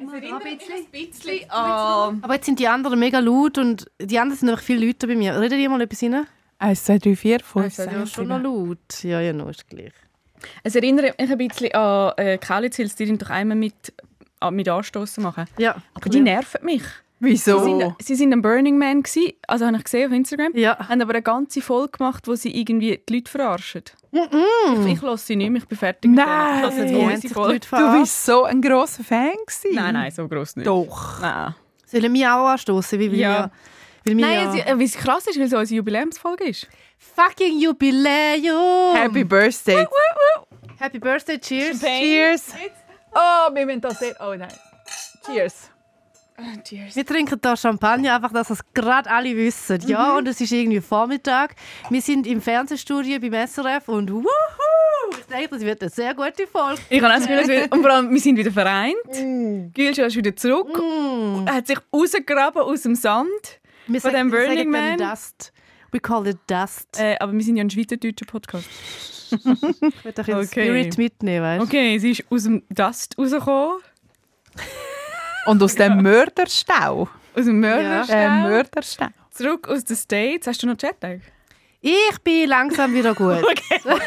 ein bisschen an... Aber jetzt sind die anderen mega laut und die anderen sind einfach viele Leute bei mir. Reden die mal etwas rein? 1, 2, 3, 4, 5, Das ist ja schon noch laut. Ja, no, ist gleich. Es erinnert mich ein bisschen an Kaulitz Hills, die doch einmal mit Anstoßen machen. Ja. Aber die nerven mich. Wieso? Sie sind ein Burning Man gewesen, also habe ich gesehen auf Instagram. Ja. Haben aber eine ganze Folge gemacht, wo sie irgendwie die Leute verarschen. Ich lasse sie nicht mehr, ich bin fertig Nein. mit denen. Ich lasse jetzt Folge. Du bist so ein grosser Fan gewesen. Nein, so gross nicht. Doch. Nein. Sollen wir auch anstoßen? Ja. Nein, wie es krass ist, weil es unsere Jubiläumsfolge ist. Fucking Jubiläum! Happy Birthday. Happy Birthday, cheers! Cheers. Oh, wir müssen das sehen. Oh nein. Cheers. Cheers. Wir trinken hier Champagner, einfach, dass es gerade alle wissen. Ja, und es ist irgendwie Vormittag. Wir sind im Fernsehstudio beim SRF und wuhu! Ich denke, das wird eine sehr gute Folge. Ich habe auch das Gefühl, und vor allem, wir sind wieder vereint. Gülscha ist wieder zurück. Er hat sich rausgegraben aus dem Sand. Wir Von dem Burning Man. Dust. We call it Dust. Aber wir sind ja ein schweizerdeutscher Podcast. Ich will doch den Spirit mitnehmen, weißt du? Okay, sie ist aus dem Dust rausgekommen. Und aus dem Mörderstau. Aus dem Mörderstau. Mörderstau. Zurück aus den States. Hast du noch Jetlag? Ich bin langsam wieder gut. Okay. 2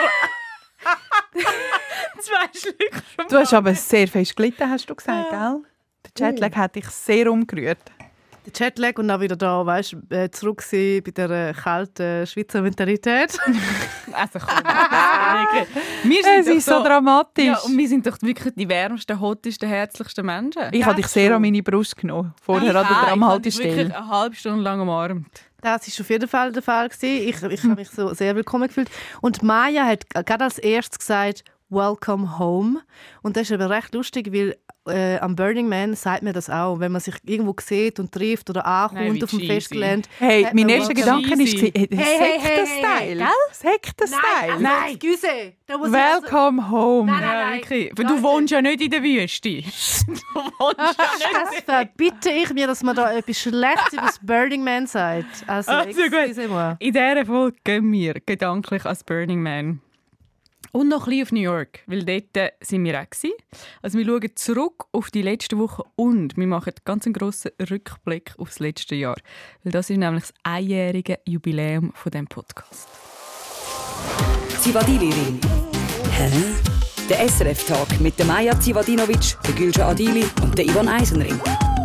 Schlücke schon Du hast aber sehr fest gelitten, hast du gesagt, gell? Der Jetlag hat dich sehr umgerührt. Der Jetlag und dann wieder da, weißt du, zurück sein bei der kalten Schweizer Mentalität. Also komm. Wir Es ist so dramatisch. Ja, und wir sind doch wirklich die wärmsten, hottesten, herzlichsten Menschen. Ich habe dich sehr an meine Brust genommen. Vorher an der Ich Tramhaltestelle. wirklich eine halbe Stunde lang umarmt. Das war auf jeden Fall der Fall. Ich habe mich so sehr willkommen gefühlt. Und Maya hat gerade als erstes gesagt, «Welcome home». Und das ist aber recht lustig, weil am Burning Man sagt man das auch. Wenn man sich irgendwo sieht und trifft oder ankommt auf dem Festgelände. Hey, hat mein man erster welcome- Gedanke war, hey, Sektenstyle. Sektenstyle. Nein, excuse. Da muss Welcome home. Nein, Ja, nein. wirklich. Weil du wohnst ja nicht in der Wüste. Du wohnst ja Das verbitte ich mir, dass man da etwas Schlechtes über das Burning Man sagt. Also, excusez-moi. In dieser Folge gehen wir gedanklich als Burning Man. Und noch ein bisschen auf New York, weil dort sind wir auch gewesen. Also wir schauen zurück auf die letzte Woche und wir machen ganz einen grossen Rückblick auf das letzte Jahr. Weil das ist nämlich das einjährige Jubiläum von diesem Podcast. Zivadili-Ring. Hä? Der SRF-Tag mit der Maja Zivadinovic, der Gülscha Adili und der Ivan Eisenring.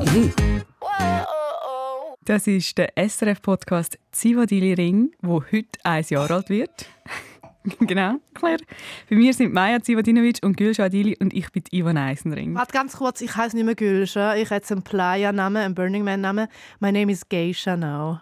Das ist der SRF-Podcast Zivadili Ring, der heute 1 Jahr alt wird. Genau, Claire. Bei mir sind Maja Zivadinovic und Gülscha Adili und ich bin Ivan Eisenring. Warte ganz kurz, ich heiße nicht mehr Gülscha. Ich habe jetzt einen Playa-Namen, einen Burning Man-Namen. My name is Geisha now.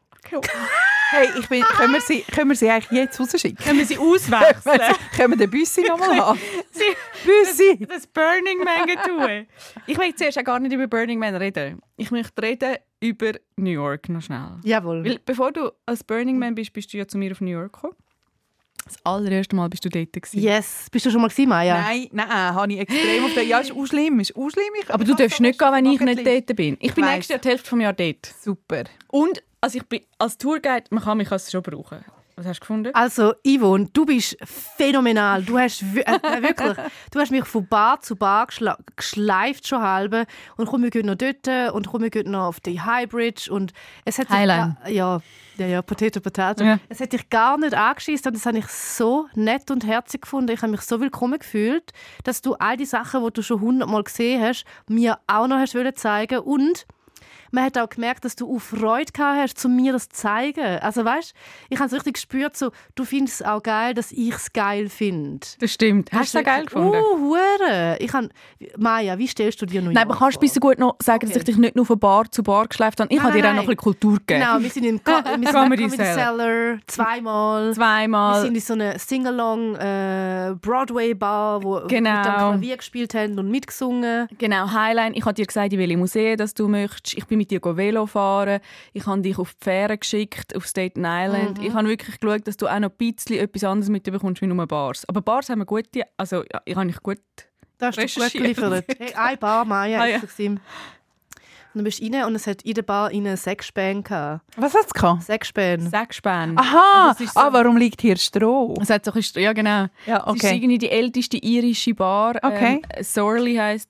Hey, können wir sie eigentlich jetzt rausschicken? Können wir sie auswechseln? Können wir den Büssi nochmal haben? Büssi! Das Burning Man tun. Ich möchte zuerst auch gar nicht über Burning Man reden. Ich möchte reden über New York noch schnell. Jawohl. Weil bevor du als Burning Man bist du ja zu mir auf New York gekommen. Das allererste Mal bist du dort gewesen. Yes. Bist du schon mal gewesen, Maya? Nein, habe ich extrem auf den... Ja, ist auch schlimm. Aber du darfst nicht gehen, wenn ich nicht dort bin. Ich bin weiss. nächstes Jahr die Hälfte des Jahres dort. Super. Und also ich bin als Tourguide, man kann mich schon brauchen. Was hast du gefunden? Also, Yvonne, du bist phänomenal. Du hast wirklich, du hast mich von Bar zu Bar geschleift schon halbe. Und komm, wir gehen noch dort und komm, wir gehen noch auf die High Bridge. Und es hat Highline. Ja, Potato. Ja. Es hat dich gar nicht angeschissen und das habe ich so nett und herzig gefunden. Ich habe mich so willkommen gefühlt, dass du all die Sachen, die du schon 100-mal gesehen hast, mir auch noch hast zeigen wollen. Und man hat auch gemerkt, dass du auch Freude gehabt hast, mir das zu zeigen. Also weißt, ich habe es richtig gespürt, so, du findest es auch geil, dass ich es geil finde. Das stimmt. Hast du es geil gefunden? Hure. Maja, wie stellst du dir noch Nein, aber kannst du bis so gut noch sagen, dass ich dich nicht nur von Bar zu Bar geschleift habe? Ich habe dir auch noch ein bisschen Kultur gegeben. Genau, wir sind im Comedy Cellar zweimal. Wir sind in so einer Sing-Along Broadway-Bar, wo wir dann Klavier gespielt haben und mitgesungen. Genau, Highline. Ich habe dir gesagt, in welche Museen dass du möchtest. Ich bin mit dir Velo fahren. Ich habe dich auf die Fähre geschickt, auf Staten Island. Ich habe wirklich geschaut, dass du auch noch ein bisschen etwas anderes mitbekommst wie nur Bars. Aber Bars haben wir gute, also ja, ich habe nicht gut Das hast du gut geliefert. Hey, eine Bar, Maya, ist ja. Und dann bist du rein und es hat in der Bar eine Sexspäne gehabt. Was hat es gehabt? Sexspäne. Aha, Also so, warum liegt hier Stroh? Es hat so ein ja, genau. Ja, okay. Es ist irgendwie die älteste irische Bar. Okay. Sorley heisst sie.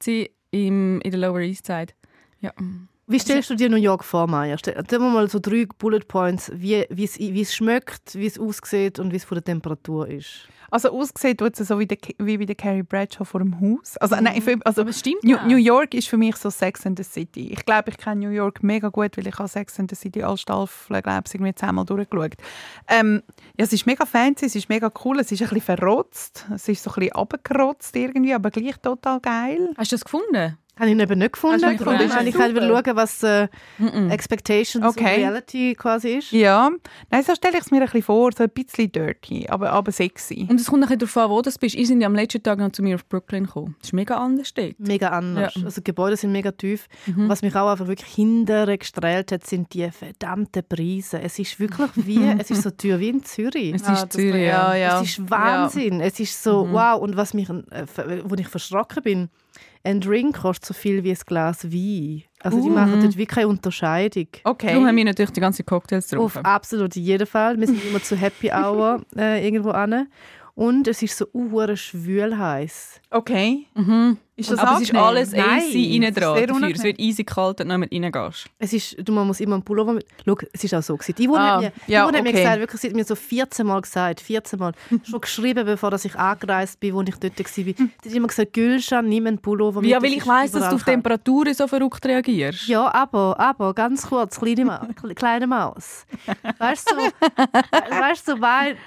in der Lower East Side. Ja. Wie stellst du dir New York vor, Maya? Stell dir mal so 3 Bullet Points, wie es schmeckt, wie es aussieht und wie es von der Temperatur ist. Also aussieht tut es so wie bei der Carrie Bradshaw vor dem Haus. Also, nein, also Aber es stimmt New York ist für mich so Sex and the City. Ich glaube, ich kenne New York mega gut, weil ich habe Sex and the City alle Staffeln, glaube ich, irgendwie 10-mal durchgeschaut. Ja, es ist mega fancy, es ist mega cool, es ist ein bisschen verrotzt, es ist so ein bisschen runtergerotzt irgendwie, aber gleich total geil. Hast du das gefunden? Habe ich eben nicht gefunden. Hast du nicht gefunden? Ich kann wieder schauen, was Expectations und Reality quasi ist. Ja, nein, so stelle ich es mir ein bisschen vor, so ein bisschen dirty, aber sexy. Und es kommt ein bisschen darauf an, wo du bist. Ich sind ja am letzten Tag noch zu mir auf Brooklyn gekommen. Das ist mega anders dort. Mega anders. Ja. Also die Gebäude sind mega tief. Und was mich auch einfach wirklich hinterher gestrahlt hat, sind die verdammten Preise. Es ist wirklich es ist so teuer wie in Zürich. Es ist Zürich, ja. Es ist Wahnsinn. Ja. Es ist so, wow. Und wo ich verschrocken bin, ein Drink kostet so viel wie ein Glas Wein. Also die machen dort wirklich keine Unterscheidung. Okay. Darum haben wir natürlich die ganzen Cocktails drauf. Auf absolut jeden Fall. Wir sind immer zu Happy Hour irgendwo hin. Und es ist so schwül heiß. Okay. Ist das aber es ist alles Nein, AC innen dran. sehr Dafür. unangenehm. Es wird easy kalt, wenn du nicht reingehst. Es ist, man muss immer einen Pullover mit. Schau, es ist auch so gewesen. Die Wohnung hat mir gesagt, wirklich, sie hat mir so 14 Mal gesagt, 14 Mal. Schon geschrieben, bevor ich angereist bin, wo ich dort war. Sie hat immer gesagt, Gülschan, nimm einen Pullover mit. Ja, weil ich weiss, dass du auf Temperaturen so verrückt reagierst. Ja, aber, ganz kurz, kleine Maus. Weißt du,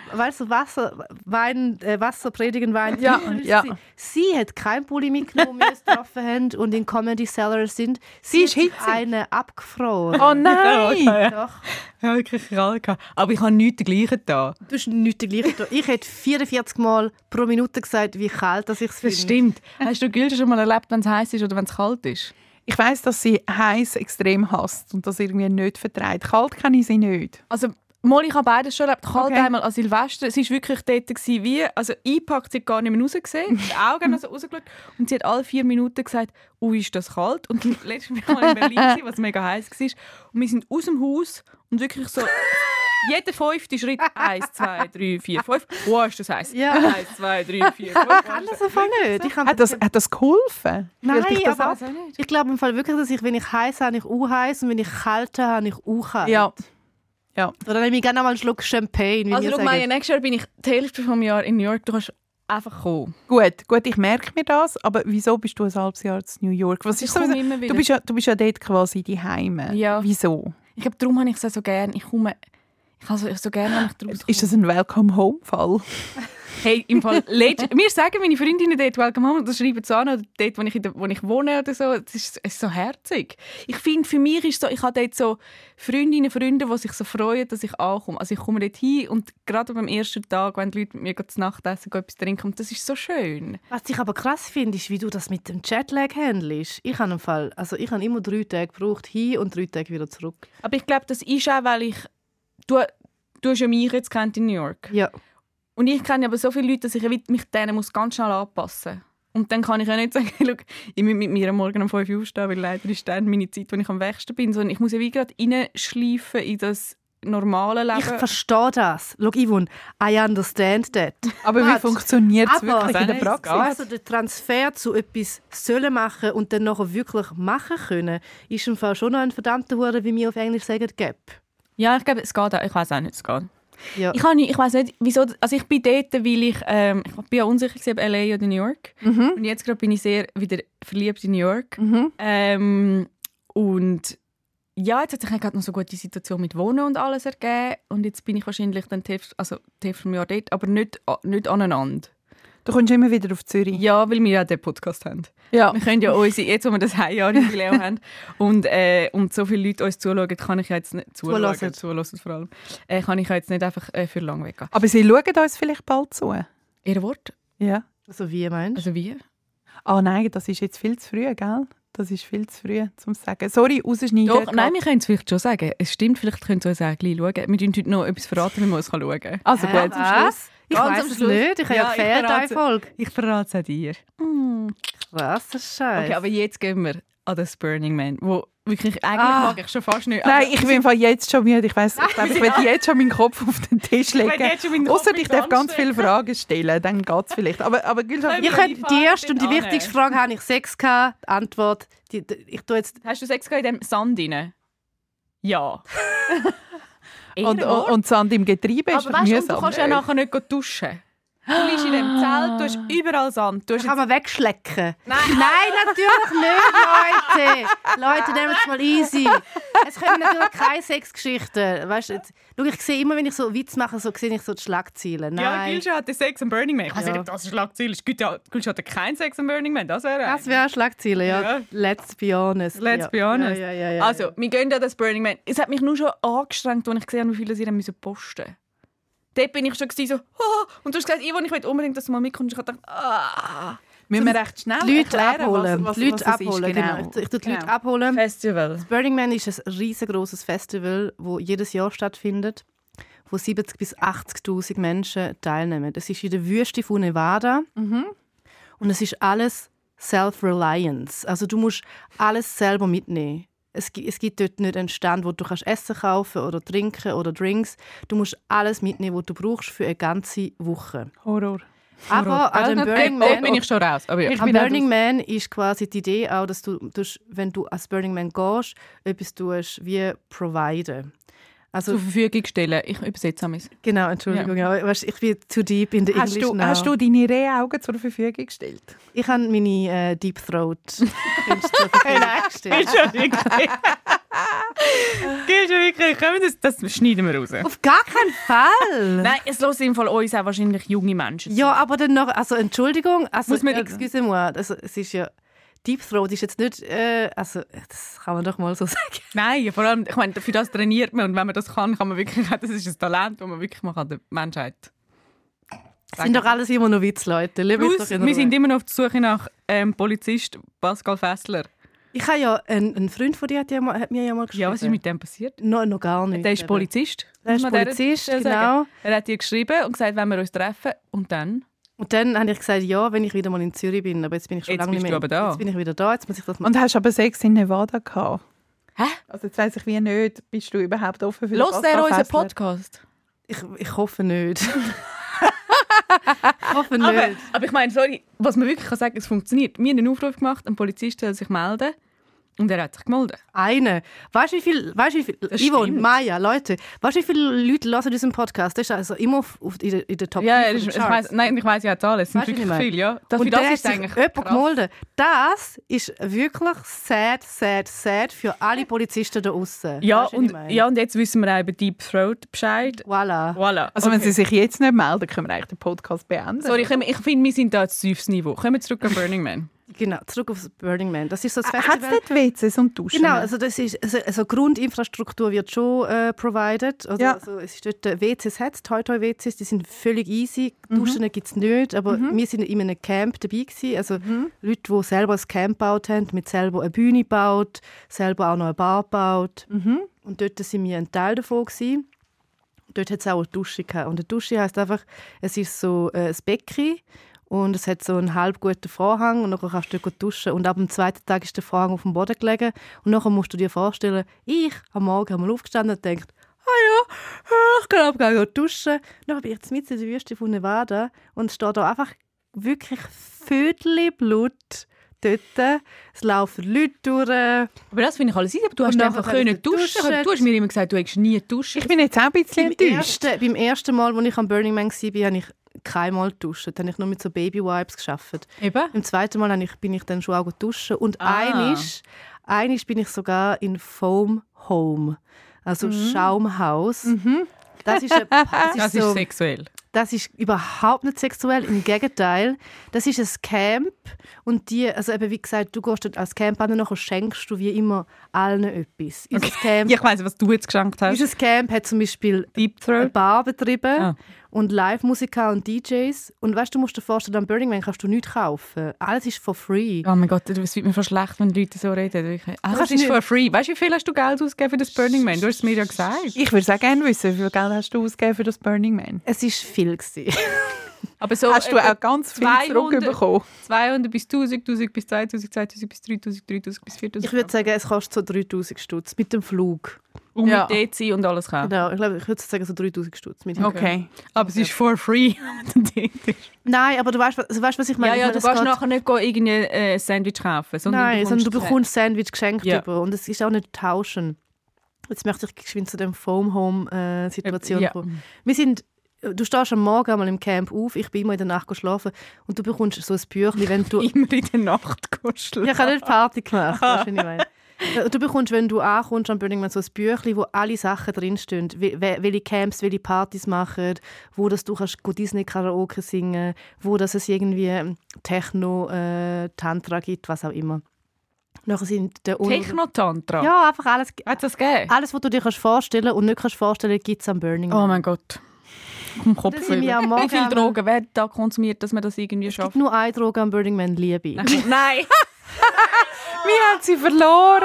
Wasser predigen, Wein. Ja. Sie hat keinen Pulli mitgenommen, wo wir uns getroffen haben und in Comedy Cellar sind. Sie ist hat hitzig. eine abgefroren. Oh nein! Doch. Ja, wirklich kalt gehabt. Aber ich habe nichts dergleichen da. Du hast nichts dergleichen. Ich hätte 44 Mal pro Minute gesagt, wie kalt ich es finde. Das stimmt. Hast du Gülscha schon mal erlebt, wenn es heiß ist oder wenn es kalt ist? Ich weiss, dass sie heiß extrem hasst und das irgendwie nicht verträgt. Kalt kenne ich sie nicht. Also, ich habe beides schon erlebt. Kalt einmal an Silvester. Sie war wirklich dort, wie, also eingepackt, sie hat gar nicht mehr rausgesehen. Die Augen haben so rausgeschaut. Und sie hat alle 4 Minuten gesagt, ist das kalt? Und letztes Mal in Berlin, was mega heiß war. Und wir sind aus dem Haus und wirklich so... Jeder 5. Schritt. 1, 2, 3, 4, 5. Wow, ist das heiß. Ja. 1, 2, 3, 4, 5. Kann das einfach nicht. Hat das geholfen? Nein, Fühlt dich das aber ab? ich glaube im Fall wirklich, dass wenn ich heiß habe, ich auch heiß und wenn ich kalt habe, habe ich auch kalt. Ja. Oder nehme ich gerne mal einen Schluck Champagne, wie Also, wir schau sagen. mal, nächstes Jahr bin ich die Hälfte des Jahres in New York. Du kannst einfach kommen. Gut, ich merke mir das, aber wieso bist du ein halbes Jahr in New York? Was ist so? komme immer wieder. Du bist ja dort quasi die Heime. Ja. Wieso? Ich glaube, darum habe ich es so gerne. Ich habe so gerne, wenn ich draus komme. Ist das ein Welcome-Home-Fall? Hey, im Fall, mir sagen meine Freundinnen dort «Welcome home» oder schreiben es an, oder dort, wo ich wohne oder so. Es ist so herzig. Ich finde, für mich ist so, ich habe dort so Freunde, die sich so freuen, dass ich ankomme. Also ich komme dort hin und gerade beim ersten Tag, wenn die Leute mit mir zu Nacht essen, etwas trinken, und das ist so schön. Was ich aber krass finde, ist, wie du das mit dem Jetlag handelst. Ich habe immer 3 Tage gebraucht, hin und 3 Tage wieder zurück. Aber ich glaube, das ist auch, weil du hast ja mich jetzt kennt in New York. Ja. Und ich kenne aber so viele Leute, dass ich mich denen ganz schnell anpassen muss. Und dann kann ich ja nicht sagen, schau, ich muss mit mir am Morgen um 5 Uhr aufstehen, weil leider ist dann meine Zeit, wo ich am wachsten bin. Sondern ich muss ja wie gerade reinschleifen in das normale Leben. Ich verstehe das. Schau, Yvonne, I understand that. Aber wie funktioniert es wirklich in der nicht, Praxis? Also der Transfer zu etwas sollen machen und dann nachher wirklich machen können, ist im Fall schon noch ein verdammter Hure, wie wir auf Englisch sagen, Gap. Ja, ich glaube, es geht auch. Ich weiß auch nicht, es geht. Ja. Ich weiß nicht, wieso. Also ich bin dort, weil ich bin ja unsicher gewesen, ob LA oder New York. Und jetzt gerade bin ich sehr wieder verliebt in New York. Und ja, jetzt hat sich gerade noch so gut die Situation mit Wohnen und alles ergeben. Und jetzt bin ich wahrscheinlich dann die Hälfte vom Jahr dort, aber nicht aneinander. Du kommst immer wieder auf Zürich. Ja, weil wir ja den Podcast haben. Ja. Wir können ja jetzt, wo wir das Ein-Jahr-Jubiläum haben und so viele Leute uns zuschauen, kann ich ja jetzt nicht zuhören vor allem, kann ich ja jetzt nicht einfach für lang weggehen. Aber sie schauen uns vielleicht bald zu. Ihr Wort? Ja. Also wie meinst du? Also wie? Ah nein, das ist jetzt viel zu früh, gell? Das ist viel zu früh, um zu sagen. Sorry, rausschneiden. Doch, nein, wir können es vielleicht schon sagen. Es stimmt, vielleicht können Sie uns auch gleich schauen. Wir können heute noch etwas verraten, wie man es schauen kann. Also gut. Was? Ich Ganz weiss am es Schluss. nicht. Ich habe ja gefehlt, eine Folge. Ich verrate es auch dir. Krass, das ist scheiße. Okay, aber jetzt gehen wir an das Burning Man, wo wirklich, eigentlich mag ich schon fast nicht. Nein, ich bin jetzt schon müde. Ich glaube, ich werde jetzt schon meinen Kopf auf den Tisch legen. Ausser ich darf ganz viele Fragen stellen, dann geht es vielleicht. Aber Gülscha, die erste und die wichtigste Frage habe ich Sex gehabt. Die Antwort, ich tue jetzt... Hast du Sex gehabt in dem Sand rein? Ja. und Sand im Getriebe ist aber mühsam. Du kannst ja nachher nicht duschen. Du liegst in dem Zelt, du hast überall Sand. Du hast kann man wegschlecken? Nein, natürlich nicht, Leute. Leute, nehmt es mal easy. Es kommen natürlich keine Sexgeschichten. Weißt du, schau, ich sehe immer, wenn ich so Witz mache, so sehe ich so die Schlagzeilen. Ja, Gülscha hatte Sex am Burning Man. Ich weiß nicht, ob das ein Schlagzeile ist. Gülscha hatte kein Sex am Burning Man. Das wäre eine Schlagzeile, ja. Let's be honest. Let's be honest. Ja. Also, wir gehen an das Burning Man. Es hat mich nur schon angestrengt, als ich gesehen habe, wie viele sie posten mussten. Dort bin ich schon so, und du hast gesagt, Ivo, ich will unbedingt, dass du mal mitkommst. Ich habe gedacht, müssen wir recht schnell die Leute erklären, abholen. was Die Leute es abholen, ist. genau. Ich tue die Leute abholen. Festival. Das Burning Man ist ein riesengroßes Festival, das jedes Jahr stattfindet, wo 70.000 bis 80.000 Menschen teilnehmen. Das ist in der Wüste von Nevada. Und es ist alles Self-Reliance. Also du musst alles selber mitnehmen. Es gibt dort nicht einen Stand, wo du Essen kaufen oder trinken oder Drinks. Du musst alles mitnehmen, was du brauchst für eine ganze Woche. Horror. Aber an dem Burning Man... bin ich schon raus. Aber ja. Am Burning Man ist quasi die Idee auch, dass du, wenn du als Burning Man gehst, etwas tust wie providen. Also, zur Verfügung stellen. Ich übersetze es. Genau, Entschuldigung. Ja. Weißt, ich bin zu deep in der English now. Hast du deine Rehaugen zur Verfügung gestellt? Ich habe meine Deep Throat zur Verfügung gestellt. Gilt schon wirklich. Das schneiden wir raus. Auf gar keinen Fall! Nein, es hören im Fall uns auch wahrscheinlich junge Menschen. Ja, aber dann noch... Also, Entschuldigung. Also, muss man excusez-moi. Also, es ist ja... Deep Throat ist jetzt nicht, also das kann man doch mal so sagen. Nein, vor allem, ich meine, für das trainiert man und wenn man das kann man wirklich, das ist ein Talent, das man wirklich an der Menschheit. Das sind doch alles immer noch Witz, Leute. Plus, wir sind immer noch auf der Suche nach Polizist Pascal Fessler. Ich habe ja, ein Freund von dir hat mir ja mal geschrieben. Ja, was ist mit dem passiert? Noch gar nicht. Der ist Polizist. Der ist Polizist, genau. Er hat dir geschrieben und gesagt, wenn wir uns treffen und dann... Und dann habe ich gesagt, ja, wenn ich wieder mal in Zürich bin. Aber jetzt bin ich schon lange nicht mehr. Jetzt bin ich wieder da. Jetzt muss ich das und hast aber Sex in Nevada gehabt? Hä? Also jetzt weiss ich wie nicht. Bist du überhaupt offen für Hört er unseren Podcast? Ich hoffe nicht. Ich hoffe nicht. Aber ich meine, sorry, was man wirklich sagen kann, es funktioniert. Wir haben einen Aufruf gemacht, ein Polizist soll sich melden. Und er hat sich gemeldet. Eine. Weißt du, wie viel Yvonne, Maya, Leute, weißt du, wie viele Leute hören unseren Podcast? Das ist also immer in der Top 5 ja, ich weiss ja Zahlen. Es sind wirklich viele, ja. Und das ist eigentlich jemand gemeldet. Das ist wirklich sad für alle Polizisten da draussen. Ja, und jetzt wissen wir auch über Deep Throat Bescheid. Voilà. Also wenn sie sich jetzt nicht melden, können wir eigentlich den Podcast beenden. Sorry, ich finde, wir sind da ein tiefes Niveau. Kommen wir zurück an Burning Man. Genau, zurück aufs Burning Man. Das ist so das Festival. Hat es nicht WCs und Duschen? Genau, also das ist, also Grundinfrastruktur wird schon provided. Also, ja. Also es ist dort WCs hat Toy-WCs, die sind völlig easy. Duschen gibt es nicht, aber wir sind in einem Camp dabei gewesen. Also Leute, die selber ein Camp gebaut haben, mit selber eine Bühne gebaut, selber auch noch eine Bar gebaut. Und dort waren wir ein Teil davon gewesen. Dort hat es auch eine Dusche gehabt. Und eine Dusche heisst einfach, es ist so ein Becken. Und es hat so einen halb guten Vorhang und dann kannst du dort duschen. Und ab dem zweiten Tag ist der Vorhang auf dem Boden gelegen. Und dann musst du dir vorstellen, ich am Morgen einmal aufgestanden und gedacht, ich kann aber duschen. Dann bin ich jetzt mitten in der Wüste von Nevada und es steht da einfach wirklich Viertel Blut dort. Es laufen Leute durch. Aber das finde ich alles easy. Aber du hast einfach können duschen. Du hast mir immer gesagt, du hättest nie duschen. Ich bin jetzt auch ein bisschen enttäuscht. Beim ersten Mal, als ich am Burning Man war, habe ich keinmal duschen. Dann habe ich nur mit so Baby-Wipes gearbeitet. Eben? Im zweiten Mal bin ich dann schon auch duschen. Und einmal bin ich sogar in Foam Home, also Schaumhaus. Das ist sexuell. Das ist überhaupt nicht sexuell, im Gegenteil. Das ist ein Camp und also eben wie gesagt, du gehst dort als Camp an, nachher schenkst du wie immer allen etwas. Okay. Camp, ich weiss, was du jetzt geschenkt hast. Unser Camp hat zum Beispiel eine Bar betrieben und Live-Musiker und DJs. Und weißt du, musst dir vorstellen, am Burning Man kannst du nichts kaufen. Alles ist for free. Oh mein Gott, es wird mir fast schlecht, wenn Leute so reden. Alles ist for free. Weißt du, wie viel hast du Geld ausgegeben für das Burning Man? Du hast es mir ja gesagt. Ich würde auch gerne wissen, wie viel Geld hast du ausgegeben für das Burning Man? Es war viel. Aber so Hast du auch ganz viel 200 zurückbekommen? 200 bis 1000, 1000 bis 2000, 2000 bis 3000, 3000 bis 4000. Ich würde sagen, es kostet so 3000 Stutz mit dem Flug. Und Ja. mit DC und alles kaufen. Genau, ich glaube, ich würde sagen so 3000 Stutz. Mit Okay. Aber es ist for free. Nein, aber du weißt, was ich meine. Ja, Ich du meine, kannst es geht- nachher nicht irgendwie ein Sandwich kaufen. Sondern du bekommst Sandwich geschenkt Ja. über. Und es ist auch nicht tauschen. Jetzt möchte ich geschwind zu der Foam-Home-Situation Ja. kommen. Du stehst am Morgen einmal im Camp auf, ich bin immer in der Nacht schlafen und du bekommst so ein Büchlein, wenn du... immer in der Nacht kuscheln. Ich habe nicht Party gemacht, weißt du, was ich meine. Du bekommst, wenn du ankommst am Burning Man, so ein Büchlein, wo alle Sachen drinstehen. Welche Camps, welche Partys machen, wo das du kannst Disney-Karaoke singen, wo das es irgendwie Techno, Tantra gibt, was auch immer. Nachher sind der Techno-Tantra? Ja, einfach alles. Hat es das gegeben? Alles, was du dir vorstellen kannst und nicht kannst vorstellen, gibt es am Burning Man. Oh mein Gott. Vom Kopf Das sind wir am Morgen Wie viele Drogen werden da konsumiert, dass man das irgendwie Es gibt schafft? nur eine Droge am Burning Man, Liebe. Nein! Wie hat sie verloren?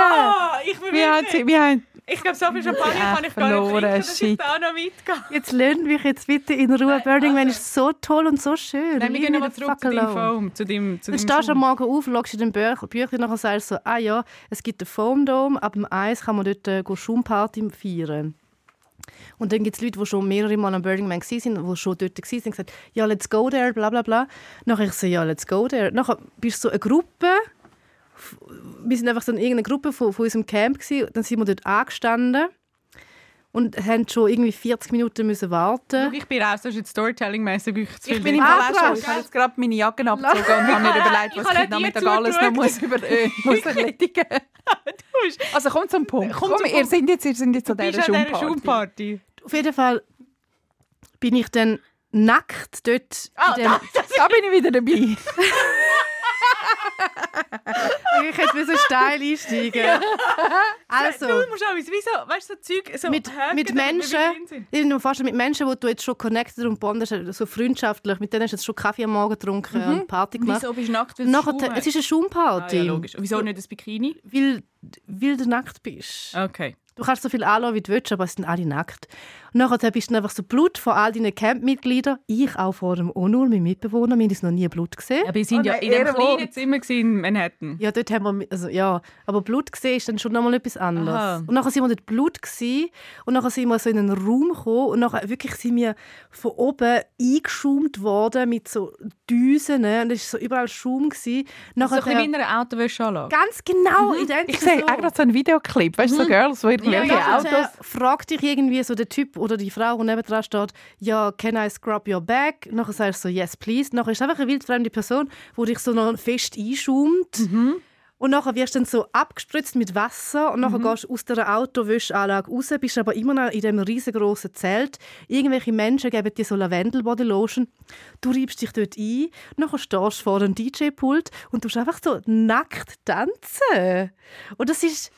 Ich Ich glaube, so viel Champagner kann ich gar nicht verloren, trinken, dass ich shit. da noch mitgehe. Jetzt lernt mich jetzt bitte in Ruhe. Burning Man ist so toll und so schön. Nein, wir Leave gehen me nochmal the zurück fuck zu deinem alone. Foam. Zu deinem Dann stehst du am Schaum. Morgen auf, schaust in den Büchlein, nachher sagst du so, ja, es gibt den Foam Dome, ab dem Eis kann man dort Schaumparty feiern. Und dann gibt es Leute, die schon mehrere Mal am Burning Man waren, die schon dort waren und gesagt, ja, let's go there, bla bla bla. Nachher ich so, ja, let's go there. Nachher bist du so eine Gruppe, wir sind einfach so in irgendeiner Gruppe von unserem Camp gewesen. Dann sind wir dort angestanden und haben schon irgendwie 40 Minuten müssen warten. Schau, ich bin raus, das ist jetzt Storytelling-mässig wirklich zu viel. Ich bin im Ah, Fall auch schon. krass. Ich habe jetzt gerade meine Jacken abgezogen und habe mir überlegt, was ich habe ich dir Nachmittag alles noch muss erledigen muss. Also kommt zum Punkt. Komm Komm, zum ihr seid jetzt an Du dieser bist an dieser Schaumparty. Schaumparty. Auf jeden Fall bin ich dann nackt dort. in dem, Da bin ich wieder dabei. ich hätte müssen steil einsteigen. Also, Du musst auch wissen, wieso, weißt du, so Zeug, so mit Haken, Menschen, die drin sind. ich muss vorstellen, mit Menschen, die du jetzt schon connected und bondest, so freundschaftlich, mit denen hast du jetzt schon Kaffee am Morgen getrunken und Party gemacht. Wieso bist du nackt? Weil es Nachher, Schaum es ist eine hat? Schaumparty, Ja, logisch. Und wieso nicht das Bikini? weil du nackt bist. Okay. Du kannst so viel anlassen, wie du willst, aber es sind alle nackt. Und nachher bist du einfach so Blut von all deinen Campmitgliedern. Ich auch vor dem Onur, mein Mitbewohner. Wir haben uns noch nie Blut gesehen. Aber wir sind ja nein, in dem Ehrenwort. kleinen Zimmer in Manhattan. Ja, dort haben wir, also ja, aber Blut gesehen ist dann schon nochmal etwas anderes. Aha. Und nachher sind wir dort Blut gewesen, und nachher sind wir so in einen Raum gekommen und nachher wirklich sind wir von oben eingeschaumt worden mit so Düsen, ne? Und es war so überall Schaum gewesen. So Nachher ein bisschen wie in einer Autowäscheanlage. ganz genau identisch Ich sehe so. auch gerade so einen Videoclip, weißt du, so Girls, wo irgendwelche Ja, Autos... fragt dich irgendwie so der Typ oder die Frau, die nebendran steht, ja, can I scrub your back? Nachher sagst du so, yes, please. Nachher ist einfach eine wildfremde Person, die dich so noch fest einschaumt. Und nachher wirst du dann so abgespritzt mit Wasser und nachher gehst du aus dieser Autowäscheanlage raus, bist aber immer noch in diesem riesengroßen Zelt. Irgendwelche Menschen geben dir so Lavendel-Bodylotion. Du reibst dich dort ein, nachher stehst du vor einem DJ-Pult und du einfach so nackt tanzen. Und das ist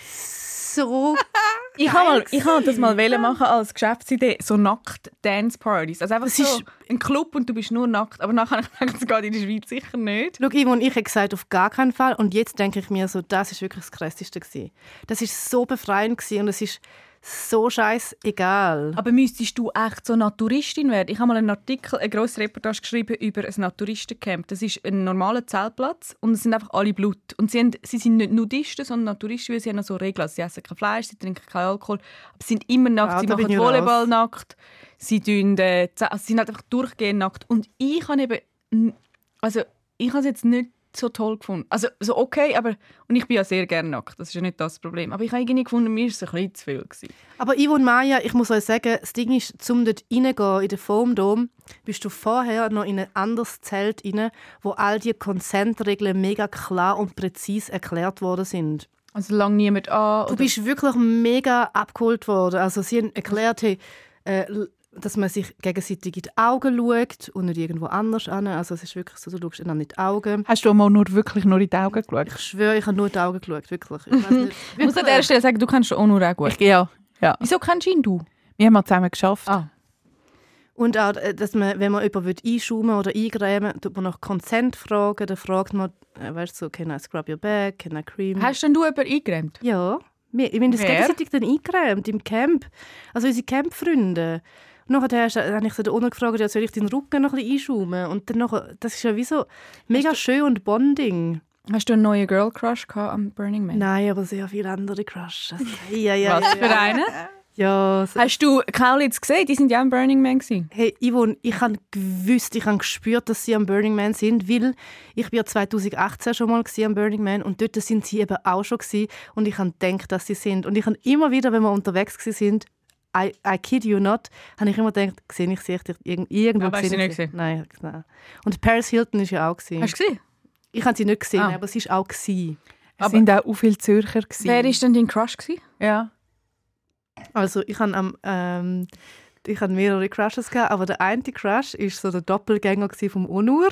so Ich habe das mal machen als Geschäftsidee, so nackt Dance-Partys. Also einfach Das so ist- ein Club und du bist nur nackt. Aber nachher habe ich gedacht, das geht in der Schweiz sicher nicht. Schau, Yvonne, ich habe gesagt, auf gar keinen Fall. Und jetzt denke ich mir so, das ist wirklich das Krasseste gewesen. Das ist so befreiend gewesen und es ist so scheißegal. Aber müsstest du echt so Naturistin werden? Ich habe mal einen Artikel, eine grosse Reportage geschrieben über ein Naturistencamp. Das ist ein normaler Zeltplatz und es sind einfach alle Blut. Und sie sind nicht Nudisten, sondern Naturisten, weil sie haben noch so Regeln. Also sie essen kein Fleisch, sie trinken keinen Alkohol, aber sie sind immer nackt, Ja, sie da bin machen ich Volleyball raus. nackt, sie sind halt einfach durchgehend nackt. Und ich habe eben, also ich habe es jetzt nicht so toll gefunden. Also so okay, aber und ich bin ja sehr gerne nackt, das ist ja nicht das Problem. Aber ich habe irgendwie gefunden, mir war es ein bisschen zu viel gewesen. Aber Yvonne Maya, ich muss euch sagen, das Ding ist, zum dort reingehen in den Foam Dome, bist du vorher noch in ein anderes Zelt rein, wo all die Consent-Regeln mega klar und präzise erklärt worden sind. Also lang niemand an. Du bist wirklich mega abgeholt worden. Also sie haben erklärt, hey, dass man sich gegenseitig in die Augen schaut und nicht irgendwo anders an. Also es ist wirklich so, du schaust einander in die Augen. Hast du mal wirklich nur in die Augen geschaut? Ich schwöre, ich habe nur in die Augen geschaut, wirklich. Ich weiss nicht. Ich muss an der Stelle sagen, du kennst Onur auch gut. Ja. Wieso kennst du ihn, du? Wir haben mal zusammen geschafft. Und auch, dass man, wenn man jemanden einschaumen oder eingrämen, tut man nach Consent fragen. Dann fragt man, weißt du, so, can I scrub your back, can I cream? Hast denn du jemanden eingeräumt? Ja, wir haben das Wer? gegenseitig dann eingerämt im Camp. Also unsere Campfreunde. Und nachher habe ich so den Owner gefragt, ja, soll ich den Rücken noch ein bisschen einschaumen? Und dann nachher, das ist ja wie so mega schön und Bonding. Hast du einen neuen Girl Crush am Burning Man? Nein, aber sehr viele andere Crushes. Was für einen? Ja, so. Hast du Kaulitz gesehen? Die sind ja am Burning Man gewesen. Hey, Yvonne, ich habe gespürt, dass sie am Burning Man sind, weil ich war 2018 schon mal am Burning Man und dort sind sie eben auch schon gewesen, und ich habe gedacht, dass sie sind. Und ich habe immer wieder, wenn wir unterwegs sind, I kid you not, habe ich immer gedacht, sehe ich sie irgendwo. Aber hast du sie nicht gesehen? Nein. Und Paris Hilton war ja auch. Hast du gesehen? Ich habe sie nicht gesehen, aber sie war auch. Es waren auch viele Zürcher. Wer war denn dein Crush gewesen? Ja. Also ich habe mehrere Crushes gehabt, aber der eine Crush war so der Doppelgänger vom Onur.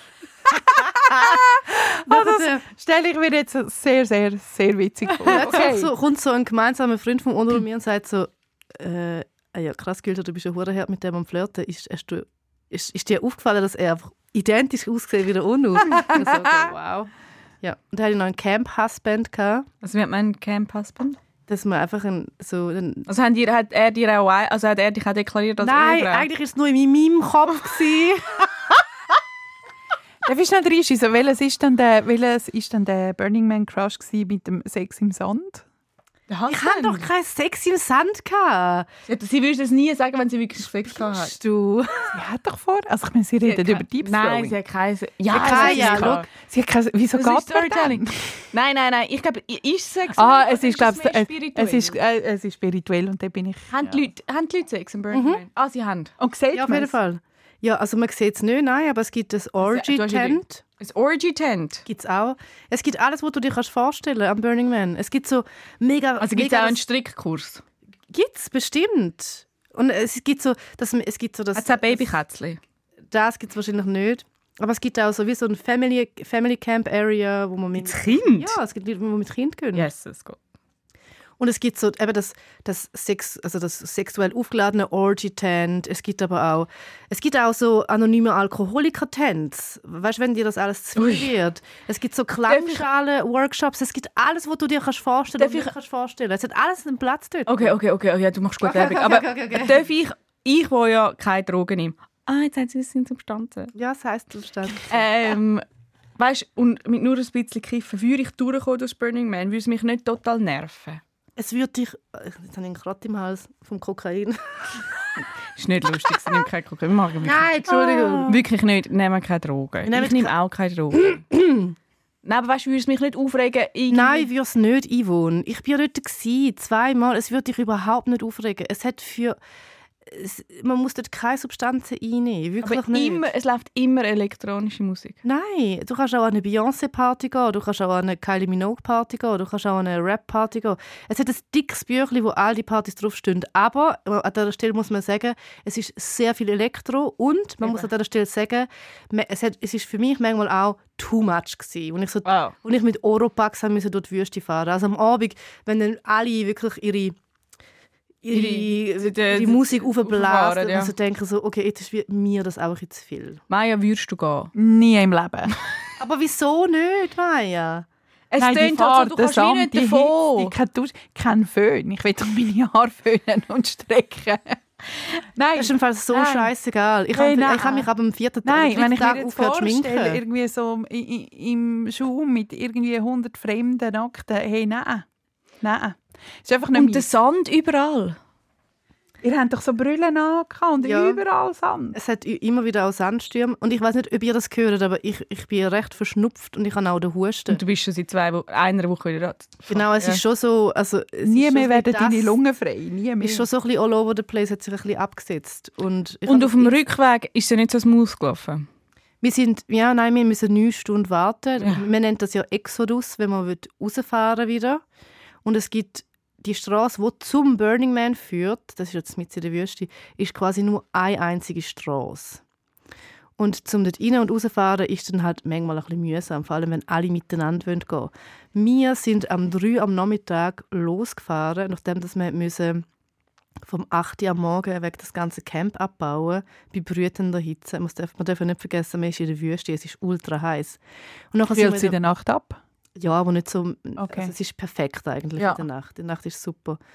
Das stelle ich mir jetzt sehr, sehr, sehr witzig vor. Okay. Kommt so ein gemeinsamer Freund von Onur und mir und sagt so, ja krass, Gülter, du bist ein Hurenherd mit dem am Flirten. Ist dir aufgefallen, dass er einfach identisch aussieht wie der Onur? Und so, wow. Ja. Und dann hatte ich noch einen Camp-Husband gehabt. Also wie hat man einen Camp-Husband? Dass man einfach Also hat er dich auch deklariert als Nein, Ehefrau? eigentlich war es nur in meinem Kopf. Darf ich schnell reinschiessen? Welches ist dann der Burning Man Crush mit dem Sex im Sand? Ich hatte doch keinen Sex im Sand gehabt. Sie würde es nie sagen, wenn sie wirklich Sex gehabt hat. Du? Sie hat doch vor. Also ich meine, sie redet über Deep Nein, Throwing. sie hat keine. Sie hat keine. Wieso Das geht ist Storytelling. Nein. Ich glaube, ist Sex. Es ist, glaube ich, es ist spirituell und da bin ich. Haben die Leute Sex im Burning Man? Sie haben. Und sieht Ja, auf jeden Fall. Ja, also man sieht es nicht, nein, aber es gibt das Orgy-Tent. Das Orgy-Tent? Gibt's auch. Es gibt alles, was du dir vorstellen kannst am Burning Man. Es gibt so mega... Also gibt es auch einen Strickkurs? Gibt's, bestimmt. Und es gibt so... Das hat es auch Babykätzchen? Das gibt es wahrscheinlich nicht. Aber es gibt auch so wie so ein Family Camp Area, wo man mit... Kind? Ja, es gibt Leute, wo man mit Kind gehen. Yes, es geht. Und es gibt so eben das sexuell aufgeladene Orgy-Tent. Es gibt auch so anonyme Alkoholiker-Tents. Weißt du, wenn dir das alles zu viel wird? Es gibt so Klangschalen-Workshops. Es gibt alles, was du dir vorstellen kannst. Es hat alles einen Platz dort. Okay. Ja, du machst gut Werbung. Aber darf ich, wo ja keine Drogen nehme... jetzt haben sie das sind Substanzen. Ja, das heisst Substanzen. Weißt du, und mit nur ein bisschen Kiffen würde ich durchkommen durch Burning Man, würde es mich nicht total nerven. Es würde dich... Jetzt habe ich einen Kratz im Hals vom Kokain. Ist nicht lustig, sie nimmt kein Kokain. Nein, Entschuldigung. Wirklich nicht, nehmen keine Drogen. Ich nehme auch keine Drogen. Nein, aber weißt du, würde es mich nicht aufregen? Nein, ich würde es nicht, Yvonne. Ich war ja dort 2-mal. Es würde dich überhaupt nicht aufregen. Man muss dort keine Substanzen einnehmen. Wirklich aber nicht. Es läuft immer elektronische Musik. Nein, du kannst auch an eine Beyoncé-Party gehen, du kannst auch an eine Kylie Minogue-Party gehen, du kannst auch an eine Rap-Party gehen. Es hat ein dickes Büchlein, wo all die Partys draufstehen. Aber an dieser Stelle muss man sagen, es ist sehr viel Elektro und man muss an dieser Stelle sagen, es ist für mich manchmal auch too much gewesen. Und ich mit Oropax durch die Wüste fahren. Also am Abend, wenn dann alle wirklich ihre Musik aufblasen und so denken so, okay, jetzt ist mir das auch zu viel. Maja, würdest du gehen? Nie im Leben. Aber wieso nicht, Maja? Es tönt halt so, du kannst wie nicht davon. Kein Föhn. Ich will doch meine Haare föhnen und strecken. Nein. Das ist im Fall so scheissegal. Ich habe mich ab dem 4. Tag wenn ich mir jetzt aufgehört zu schminken. irgendwie so im Schuh mit irgendwie 100 fremden Nackten, hey, nein. Ist einfach nicht und der Sand überall. Ihr habt doch so Brillen an und überall Sand. Es hat immer wieder auch Sandstürme. Und ich weiß nicht, ob ihr das gehört, aber ich bin recht verschnupft und ich habe auch den Husten. Und du bist schon seit einer Woche wieder da. Genau, es ist schon so... Also, nie mehr werden deine Lungen frei. Nie mehr. Es ist schon so ein bisschen all over the place, hat sich ein bisschen abgesetzt. Und auf dem Rückweg ist es ja nicht so smooth gelaufen? Wir müssen 9 Stunden warten. Ja. Man nennt das ja Exodus, wenn man rausfahren wieder. Und es gibt die Straße, die zum Burning Man führt, das ist jetzt mitten in der Wüste, ist quasi nur eine einzige Straße. Und zum dort rein und rausfahren ist dann halt manchmal ein bisschen mühsam, vor allem wenn alle miteinander gehen wollen. Wir sind am 3 am Nachmittag losgefahren, nachdem wir vom 8 Uhr am Morgen weg das ganze Camp abbauen, bei brütender Hitze. Man darf nicht vergessen, man ist in der Wüste, es ist ultra heiß. Kühlt sie in der Nacht ab? Ja, aber nicht so... Okay. Also es ist perfekt eigentlich in der Nacht. Die Nacht ist super.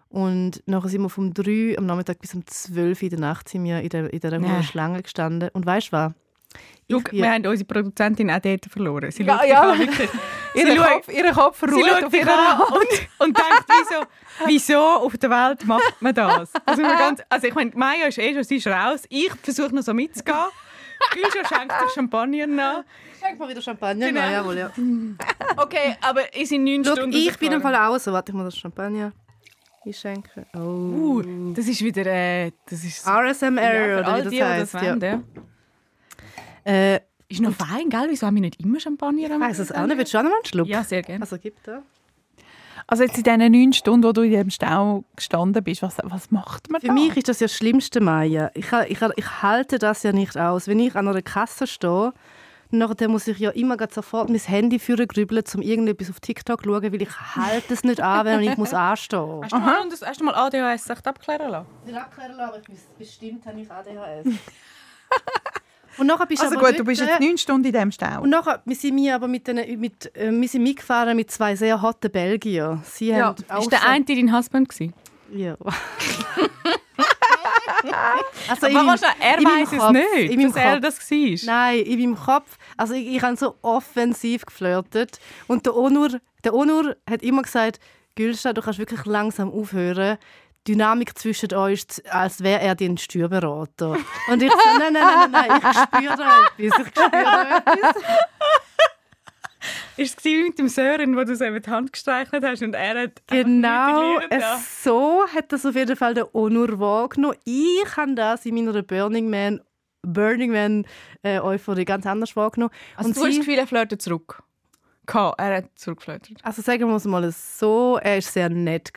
Und nachher sind wir vom 3 am Nachmittag bis um 12 in der Nacht sind wir in dieser Schlange gestanden. Und weißt du was? Wir haben unsere Produzentin auch dort verloren. Sie Ja, schaut ja. dich an, wirklich. Ihr Kopf Sie ruht schaut auf dich ihrer an Hand. und denkt, wieso auf der Welt macht man das? Also ich meine, Maya ist schon, sie ist raus. Ich versuche noch so mitzugehen. Gülscha schenkt sich Champagner nach. Schenk mal wieder Champagner. Genau. Ja, jawohl, ja. Okay, aber es sind 9 Schau, Stunden. ich bin im Fall auch so. Warte, ich muss das Champagner einschenken. Oh. Das ist wieder... das ist RSMR, für all oder die, wie das heisst. wollen, Ja. Ist noch fein, gell? Wieso haben wir nicht immer Champagner am Weiss es auch nicht. Willst du auch noch mal einen Schluck? Ja, sehr gerne. Also, gib da. Also jetzt in diesen 9 Stunden, wo du in diesem Stau gestanden bist, was macht man da? Für mich ist das ja das Schlimmste, Maya. Ich halte das ja nicht aus. Wenn ich an einer Kasse stehe, dann muss ich ja immer sofort mein Handy grübeln, um irgendetwas auf TikTok zu schauen, weil ich halte es nicht an, wenn ich muss anstehen. Hast du mal ADHS echt abklären lassen? Nicht abklären lassen, aber bestimmt habe ich ADHS. Und nachher bist Also aber gut, du bist jetzt 9 Stunden in diesem Stau. Und nachher, wir sind mitgefahren mit 2 sehr hotten Belgiern. Sie haben auch Ist der eine dein Husband gewesen? Ja. Also Aber wahrscheinlich, er weiß es nicht, in meinem dass er Kopf. das war. Nein, in meinem Kopf. Also ich habe so offensiv geflirtet. Und der Onur hat immer gesagt, Gülscha, du kannst wirklich langsam aufhören. Die Dynamik zwischen euch ist, als wäre er dein Steuerberater. Und ich so, nein, ich spüre da etwas. Ist es mit dem Sören, wo du so über die Hand gestreichelt hast und er hat Genau, einfach nichts so hat das auf jeden Fall der Onur wahrgenommen. Ich habe das in meiner Burning Man Euphorie ganz anders wahrgenommen. Also Und du hast das Gefühl, er flirtet zurück. Er hat zurückgeflirtet. Also sagen wir es mal so, er war sehr nett.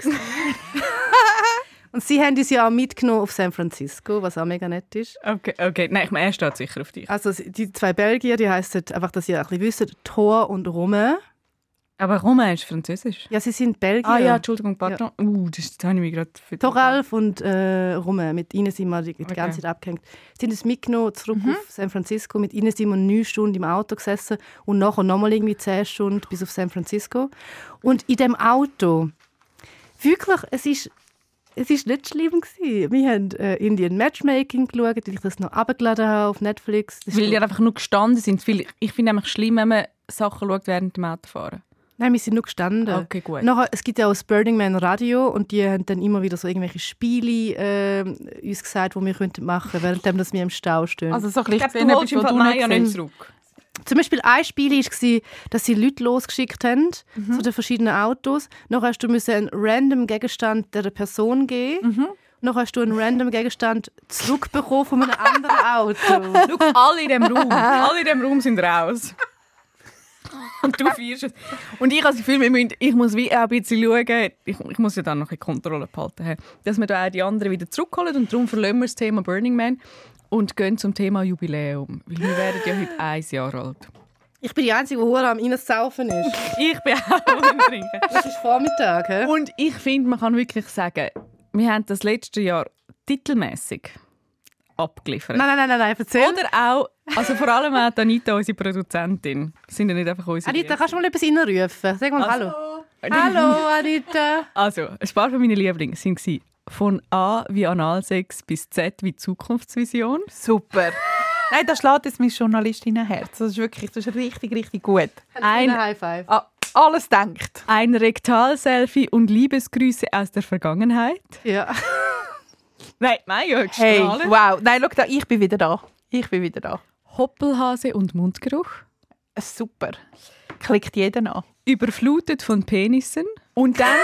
Und sie haben uns ja auch mitgenommen auf San Francisco, was auch mega nett ist. Okay. Nein, ich meine, er steht sicher auf dich. Also die 2 Belgier, die heissen einfach, dass ihr ein bisschen wisst, Thor und Romain. Aber Romain ist französisch. Ja, sie sind Belgier. Ah ja, Entschuldigung, pardon. Das habe ich mich gerade Thoralf und Romain, mit ihnen sind wir die ganze Zeit abgehängt. Sie haben uns mitgenommen zurück auf San Francisco. Mit ihnen sind wir 9 Stunden im Auto gesessen und nachher nochmal irgendwie 10 Stunden bis auf San Francisco. Und in dem Auto, wirklich, es ist nicht schlimm gewesen. Wir haben Indian Matchmaking geschaut, weil ich das noch abgeladen habe auf Netflix. Weil die einfach nur gestanden sind. Ich finde es schlimm, wenn man Sachen schaut während dem Autofahren. Nein, wir sind nur gestanden. Okay, gut. Nachher, es gibt ja auch das Burning Man Radio und die haben dann immer wieder so irgendwelche Spiele uns gesagt, die wir machen könnten, während wir im Stau stehen. Also so ein bisschen Du holst im Fall Maya nicht zurück. Zum Beispiel ein Spiel war, dass sie Leute losgeschickt haben zu den verschiedenen Autos. Nachher hast du einen random Gegenstand der Person geben. Nachher hast du einen random Gegenstand zurückbekommen von einem anderen Auto. Schau, alle in diesem Raum sind raus. Und du feierst es. Und ich habe das Gefühl, ich muss wie auch ein bisschen schauen, ich muss ja dann noch in Kontrolle behalten, dass wir da auch die anderen wieder zurückholen. Und darum verlassen wir das Thema Burning Man und gehen zum Thema Jubiläum. Weil wir werden ja heute 1 Jahr alt. Ich bin die Einzige, die hure am Reinsaufen ist. Ich bin auch am Trinken. Das ist Vormittag, hä? Und ich finde, man kann wirklich sagen, wir haben das letzte Jahr titelmäßig abgeliefert. Nein, erzähl. Oder auch, also vor allem auch Anita, unsere Produzentin. Das sind ja nicht einfach unsere. Anita, kannst du mal etwas reinrufen? Sag mal Hallo. Hallo, Anita. Also, ein paar von meinen Lieblingen waren von A wie Analsex bis Z wie Zukunftsvision. Super. Nein, da schlägt jetzt mein Journalistinnenherz. Das ist richtig, richtig gut. Ein High Five. Alles denkt. Ein Rektal-Selfie und Liebesgrüße aus der Vergangenheit. Ja. Nein, Maya, Hey, strahlend. wow. Nein, schau da, ich bin wieder da. Hoppelhase und Mundgeruch. Super. Klickt jeden an. Überflutet von Penissen. Und dann...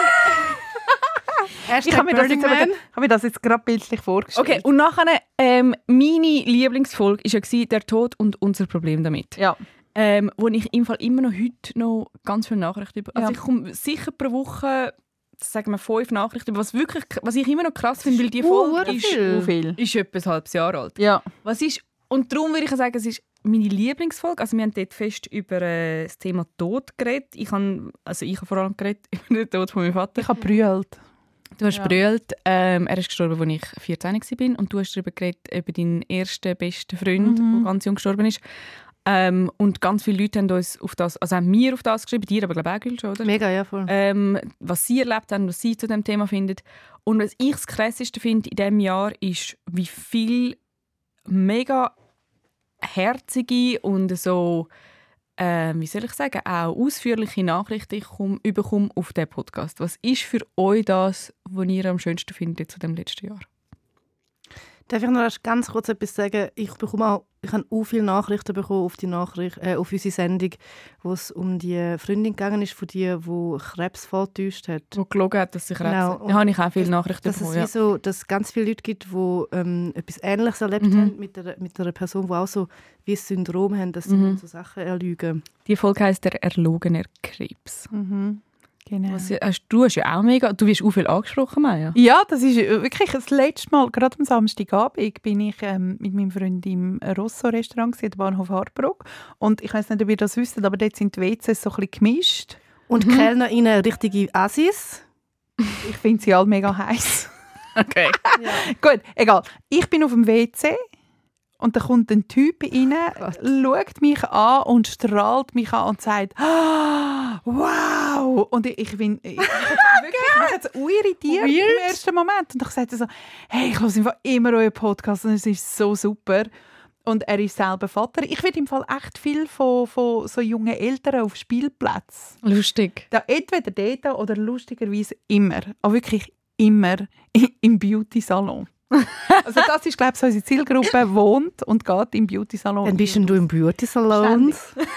Ich habe mir das jetzt gerade bildlich vorgestellt. Okay, und nachher meine Lieblingsfolge war ja «Der Tod und unser Problem damit». Ja. Wo ich im Fall immer noch heute noch ganz viele Nachrichten über... Also Ja. ich komme sicher pro Woche, sagen wir 5 Nachrichten über, was ich immer noch krass finde, weil die Folge ist etwa ein halbes Jahr alt. Ja. Und darum würde ich sagen, es ist meine Lieblingsfolge. Also wir haben dort fest über das Thema Tod geredet. Ich habe vor allem geredet über den Tod von meinem Vater. Ich habe brüllt. Du hast brüllt. Er ist gestorben, als ich 14 war. Und du hast darüber geredet, über deinen ersten besten Freund, der ganz jung gestorben ist. Und ganz viele Leute haben uns auf das, also haben mir auf das geschrieben, dir aber glaube ich auch, Gülscha, oder? Mega, ja, voll. Was sie erlebt haben, was sie zu dem Thema finden. Und was ich das Krasseste finde in diesem Jahr ist, wie viel mega herzige und so, wie soll ich sagen, auch ausführliche Nachrichten ich bekomme auf diesen Podcast. Was ist für euch das, was ihr am schönsten findet zu dem letzten Jahr? Darf ich noch ganz kurz etwas sagen? Ich habe auch viele Nachrichten bekommen auf auf unsere Sendung, wo es um die Freundin gegangen ist, von dir, die Krebs vorgetäuscht hat. Wo gelogen hat, dass sie Krebs Genau. hat. Da habe ich auch viele Nachrichten dass bekommen. Es wie so, dass es ganz viele Leute gibt, die etwas Ähnliches erlebt haben mit einer Person, die auch so wie ein Syndrom haben, dass sie so Sachen erlügen. Die Folge heisst «Der erlogene Krebs». Genau. Du hast ja auch mega, du wirst auch viel angesprochen, Maja. Ja, das ist wirklich das letzte Mal, gerade am Samstagabend, bin ich mit meinem Freund im Rosso-Restaurant am Bahnhof Harbruck. Und ich weiss nicht, ob ihr das wisst, aber dort sind die WCs so ein bisschen gemischt. Und die KellnerInnen richtige Assis. Ich finde sie alle mega heiß. Okay. Gut, egal. Ich bin auf dem WC und da kommt ein Typ rein, schaut mich an und strahlt mich an und sagt «Wow!» Und ich bin wirklich, mich hat es irritiert im ersten Moment. Und ich sagte so «Hey, ich höre immer euren Podcast und es ist so super.» Und er ist selber Vater. Ich werde im Fall echt viel von so jungen Eltern auf Spielplätzen. Lustig. Da entweder dort oder lustigerweise immer, aber wirklich immer im Beauty-Salon. Also das ist, glaube ich, so unsere Zielgruppe, wohnt und geht im Beauty-Salon. Wann bist denn du im Beauty-Salon?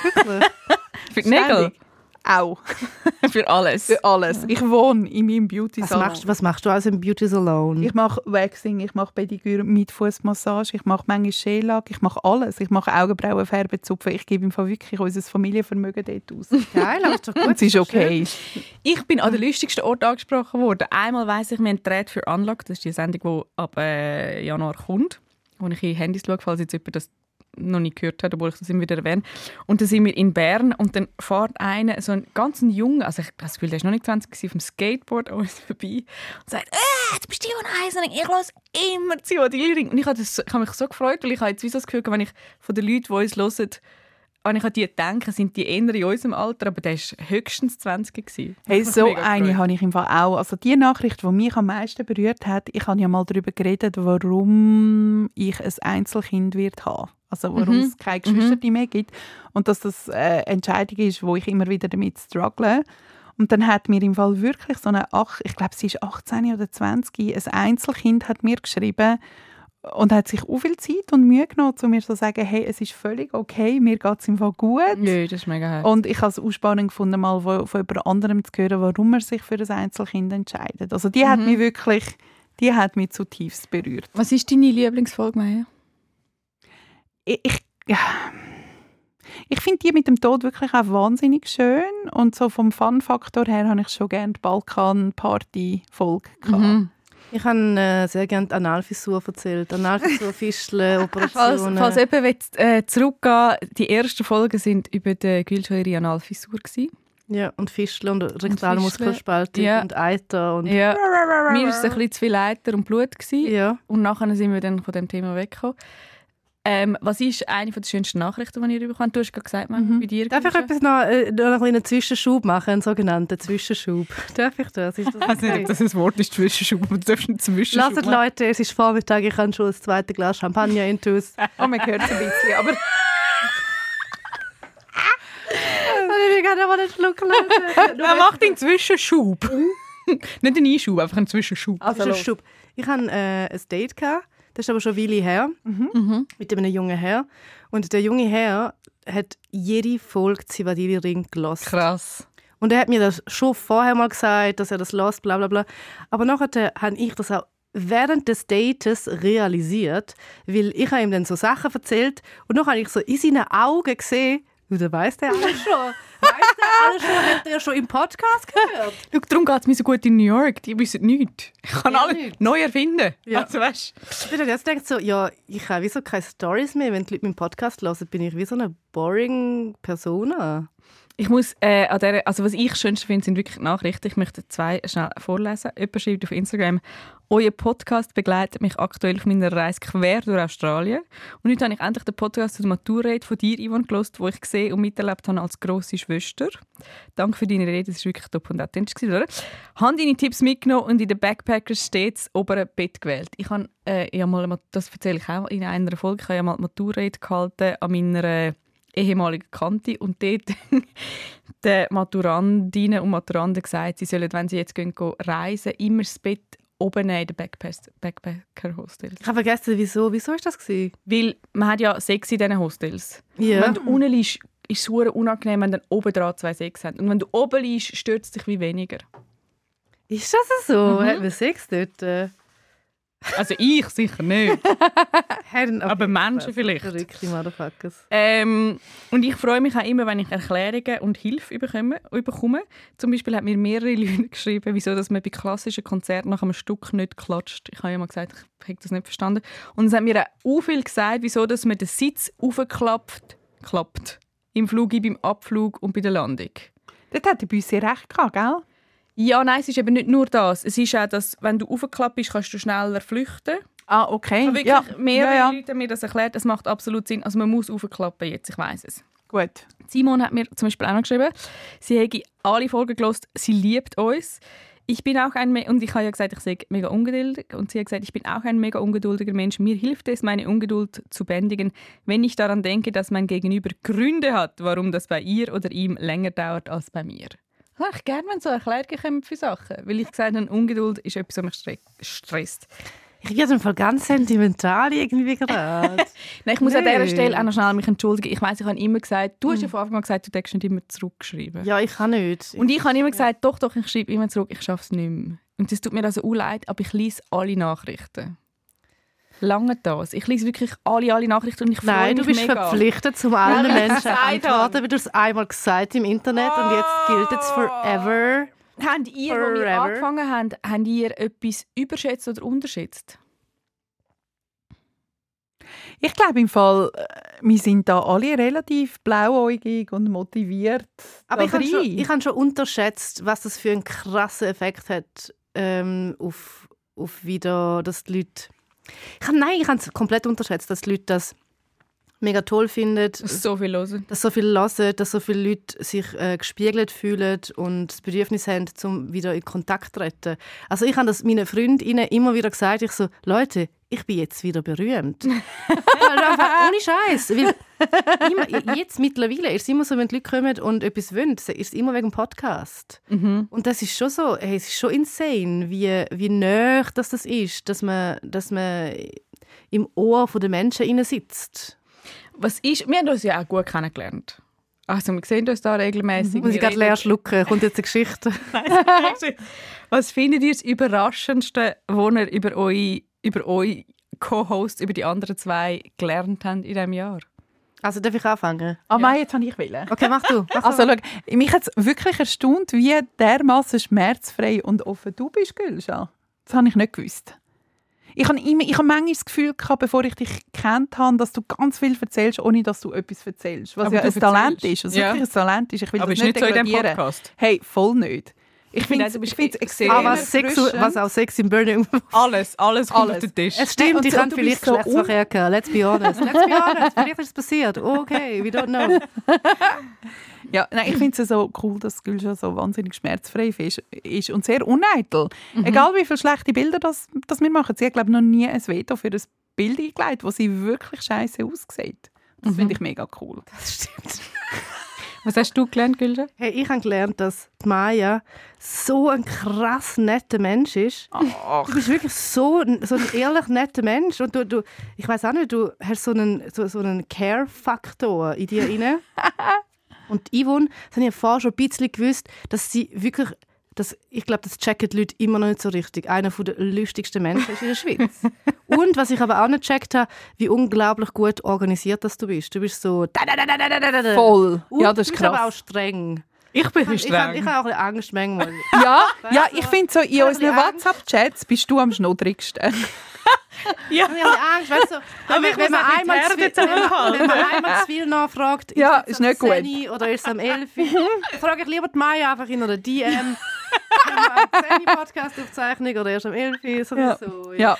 Für die Nägel? Auch. Für alles? Für alles. Ich wohne in meinem Beauty-Salon. Was machst du also im Beauty-Salon? Ich mache Waxing, ich mache Pediküre mit Fußmassage, ich mache manchmal Schellack, ich mache alles. Ich mache Augenbrauen, Färben, Zupfen. Ich gebe im Fall wirklich unser Familienvermögen dort aus. Geil, aber ist doch gut. Und es ist okay. Ich bin an den lustigsten Ort angesprochen worden. Einmal weiss ich, wir haben «Dreht für Unlock». Das ist die Sendung, die ab Januar kommt. Wo ich in Handys schaue, falls jetzt jemand das noch nicht gehört hat, obwohl ich das immer wieder erwähne. Und dann sind wir in Bern und dann fährt einer, so ein ganz junger, also ich habe das Gefühl, der war noch nicht 20, auf dem Skateboard an uns vorbei und sagt, jetzt bist du die heiß. Und ich höre immer zu, die Lyrik. Und ich habe mich so gefreut, weil ich habe jetzt wie so das Gefühl, wenn ich von den Leuten, die uns hören, wenn ich an die denke, sind die eher in unserem Alter, aber der war höchstens 20 gewesen. Hey, so eine habe ich im Fall auch. Also die Nachricht, die mich am meisten berührt hat, ich habe ja mal darüber geredet, warum ich ein Einzelkind wird haben. Also warum es keine Geschwister mehr gibt. Und dass das eine Entscheidung ist, wo ich immer wieder damit struggle. Und dann hat mir im Fall wirklich so eine, ich glaube, sie ist 18 oder 20, ein Einzelkind hat mir geschrieben und hat sich auch viel Zeit und Mühe genommen, um mir zu sagen, hey, es ist völlig okay, mir geht es im Fall gut. Ja, das ist mega herzig. Und ich habe es auch spannend gefunden, mal von jemand anderem zu hören, warum er sich für ein Einzelkind entscheidet. Also die hat mich wirklich, die hat mich zutiefst berührt. Was ist deine Lieblingsfolge, Maja? Ich finde die mit dem Tod wirklich auch wahnsinnig schön. Und so vom Fun-Faktor her habe ich schon gerne die Balkan-Party-Folge gehabt. Ich habe sehr gerne die Analfissur erzählt. Analfissur, Fischle, Operationen. Falls jemand zurückgehen, die ersten Folgen waren über die Gülscha ihre Analfissur. Ja, und Fischle und Rektalmuskelspaltung und Eiter. Und ja. Mir war es ein bisschen zu viel Eiter und Blut. Ja. Und nachher sind wir dann von dem Thema weggekommen. Was ist eine der schönsten Nachrichten, die ihr bekommen habt? Du hast gerade gesagt, bei dir. Darf ich etwas noch einen kleinen Zwischenschub machen, einen sogenannten Zwischenschub? Darf ich das? Ist das okay? Ich weiß nicht, ob das ein Wort ist, Zwischenschub. Du darfst einen Zwischenschub Lasst Leute, es ist Vormittag, ich habe schon das zweite Glas Champagner intus. Oh, man hört es ein bisschen, aber... Ich kann aber nicht schlucken lassen. Wer macht den Zwischenschub? Nicht einen Einschub, einfach einen Zwischenschub. Also Zwischenschub. Ich hatte ein Date gehabt. Das ist aber schon eine Weile her, mit einem jungen Herr. Und der junge Herr hat jede Folge Zivadili Ring gehört. Krass. Und er hat mir das schon vorher mal gesagt, dass er das hört, bla bla bla. Aber nachher habe ich das auch während des Dates realisiert, weil ich habe ihm dann so Sachen erzählt und dann habe ich so in seinen Augen gesehen, da weiss der alles schon. Weiss der alles schon? Hat der schon im Podcast gehört? Schau, darum geht es mir so gut in New York. Die wissen nichts. Ich kann alles neu erfinden. Ja. Also, weißt? Ich bin dann jetzt gedacht so, ja, ich habe wieso keine Stories mehr. Wenn die Leute meinen Podcast hören, bin ich wie so eine boring Persona. Ich muss was ich schönste finde, sind wirklich Nachrichten. Ich möchte 2 schnell vorlesen. Jemand schreibt auf Instagram: «Euer Podcast begleitet mich aktuell auf meiner Reise quer durch Australien. Und heute habe ich endlich den Podcast zu der Maturrede von dir, Yvonne, gehört, wo ich gesehen und miterlebt habe als grosse Schwester. Danke für deine Rede, das war wirklich top und authentisch, oder? Habe deine Tipps mitgenommen und in den Backpackers stets das obere Bett gewählt. Ich habe das erzähle ich auch in einer Folge, ich habe ja mal die Maturrede gehalten an meiner ehemaligen Kante und dort den Maturandinnen und Maturanden gesagt, sie sollen, wenn sie jetzt gehen reisen, immer das Bett oben in den Backpacker-Hostels. Ich habe vergessen, wieso. Wieso ist das gewesen? Weil man hat ja Sex in diesen Hostels. Ja. Wenn du unten liegst, ist es super unangenehm, wenn dann oben dran 2 Sex haben. Und wenn du oben liegst, stört es dich wie weniger. Ist das so? Hat man Sex dort? Also ich sicher nicht. Aber Menschen vielleicht. Verrückte Motherfuckers. Und ich freue mich auch immer, wenn ich Erklärungen und Hilfe bekomme. Zum Beispiel hat mir mehrere Leute geschrieben, wieso dass man bei klassischen Konzerten nach einem Stück nicht klatscht. Ich habe ja mal gesagt, ich habe das nicht verstanden. Und es hat mir auch viel gesagt, wieso dass man den Sitz aufklappt. Im Flug, beim Abflug und bei der Landung. Dort hat die Büsse recht gehabt, gell? Ja, nein, es ist eben nicht nur das. Es ist auch, dass, wenn du aufgeklappt bist, kannst du schneller flüchten. Ah, okay. Aber wirklich mehrere Leute haben mir das erklärt. Es macht absolut Sinn. Also man muss aufklappen jetzt, ich weiss es. Gut. Simon hat mir zum Beispiel auch noch geschrieben, sie hätte alle Folgen gehört, sie liebt uns. Ich bin auch und ich habe ja gesagt, ich sei mega ungeduldig. Und sie hat gesagt, ich bin auch ein mega ungeduldiger Mensch. Mir hilft es, meine Ungeduld zu bändigen, wenn ich daran denke, dass mein Gegenüber Gründe hat, warum das bei ihr oder ihm länger dauert als bei mir. Ich habe gerne, wenn so Erklärungen kommen für Sachen. Weil ich gesagt habe, Ungeduld ist etwas, was mich stresst. Ich werde im Fall ganz sentimental irgendwie gerade. Nein, ich muss an dieser Stelle auch noch schnell mich entschuldigen. Ich weiss, ich habe immer gesagt, du hast ja von Anfang an gesagt, du darfst nicht immer zurückschreiben. Ja, ich kann nicht. Und ich habe immer gesagt, doch, ich schreibe immer zurück, ich schaffe es nicht mehr. Und das tut mir also leid, aber ich lese alle Nachrichten. Lange das. Ich lese wirklich alle Nachrichten und ich freue mich mega. Nein, du bist verpflichtet, zum allen Menschen zu antworten, weil du es einmal gesagt im Internet und jetzt gilt es forever. Habt ihr, als wir angefangen haben, habt ihr etwas überschätzt oder unterschätzt? Ich glaube im Fall, wir sind da alle relativ blauäugig und motiviert. Aber ich habe schon unterschätzt, was das für einen krassen Effekt hat auf wieder, dass die Leute... Ich habe es komplett unterschätzt, dass die Leute das mega toll finden. Dass so viel hören. Dass so viele Leute sich gespiegelt fühlen und das Bedürfnis haben, um wieder in Kontakt zu treten. Also ich habe das meinen Freundinnen immer wieder gesagt. Ich so, Leute, ich bin jetzt wieder berühmt. Ohne Scheiß. Jetzt mittlerweile ist es immer so, wenn die Leute kommen und etwas wollen, ist es immer wegen dem Podcast. Mhm. Und das ist schon so, es ist schon insane, wie nah das ist, dass man im Ohr der Menschen sitzt. Wir haben uns ja auch gut kennengelernt. Also wir sehen uns da regelmäßig. Muss ich gerade leer schlucken, kommt jetzt eine Geschichte. Was findet ihr das Überraschendste, was ihr über eure Co-Hosts, über die anderen 2 gelernt habt in diesem Jahr? Also darf ich anfangen? Nein, jetzt habe ich wollen. Okay, mach du. Also schau, mich hat es wirklich erstaunt, wie dermassen schmerzfrei und offen du bist, Gülscha. Das habe ich nicht gewusst. Ich habe manchmal das Gefühl gehabt, bevor ich dich gekannt habe, dass du ganz viel erzählst, ohne dass du etwas erzählst. Was aber ja ein Talent ist. Was wirklich ein Talent ist. Ich will aber das nicht so in diesem Podcast. Hey, voll nicht. Ich finde es extrem was auch Sex im Burning. Alles kommt auf den Tisch. Es stimmt, ich habe vielleicht Geschlechtsverkehr gehabt. Let's be honest. Vielleicht ist es passiert. Okay, we don't know. Ja, nein, ich finde es so cool, dass Gülscha so wahnsinnig schmerzfrei ist und sehr uneitel. Mhm. Egal wie viele schlechte Bilder das wir machen. Sie hat, glaube ich, noch nie ein Veto für ein Bild eingelegt, wo sie wirklich scheiße aussieht. Das finde ich mega cool. Das stimmt. Was hast du gelernt, Gülscha? Hey, ich habe gelernt, dass die Maya so ein krass netter Mensch ist. Ach. Du bist wirklich so ein ehrlich netter Mensch. Und du ich weiss auch nicht, du hast so einen Care-Faktor in dir rein. Und Yvonne, das habe ich vorher schon ein bisschen gewusst, dass sie wirklich, ich glaube, das checken die Leute immer noch nicht so richtig, einer der lustigsten Menschen ist in der Schweiz. Und was ich aber auch nicht gecheckt habe, wie unglaublich gut organisiert das du bist. Du bist so... Voll. Ja, das ist krass. Du bist aber auch streng. Ich bin streng. Ich habe auch ein bisschen Angst manchmal. Ja, ich finde so, in unseren WhatsApp-Chats bist du am schnoddrigsten. Ja. Ich habe Angst, weißt du, Aber ich muss wenn man auch einmal die zu viel- Herde zusammenhalten. wenn man einmal zu viel nachfragt, Ja, es ist nicht am gut. 10 oder ist es am 11? Frage ich lieber die Maya einfach in einer DM. Haben wir eine 10-Podcast-Aufzeichnung oder erst am 11? Sowieso. Ja.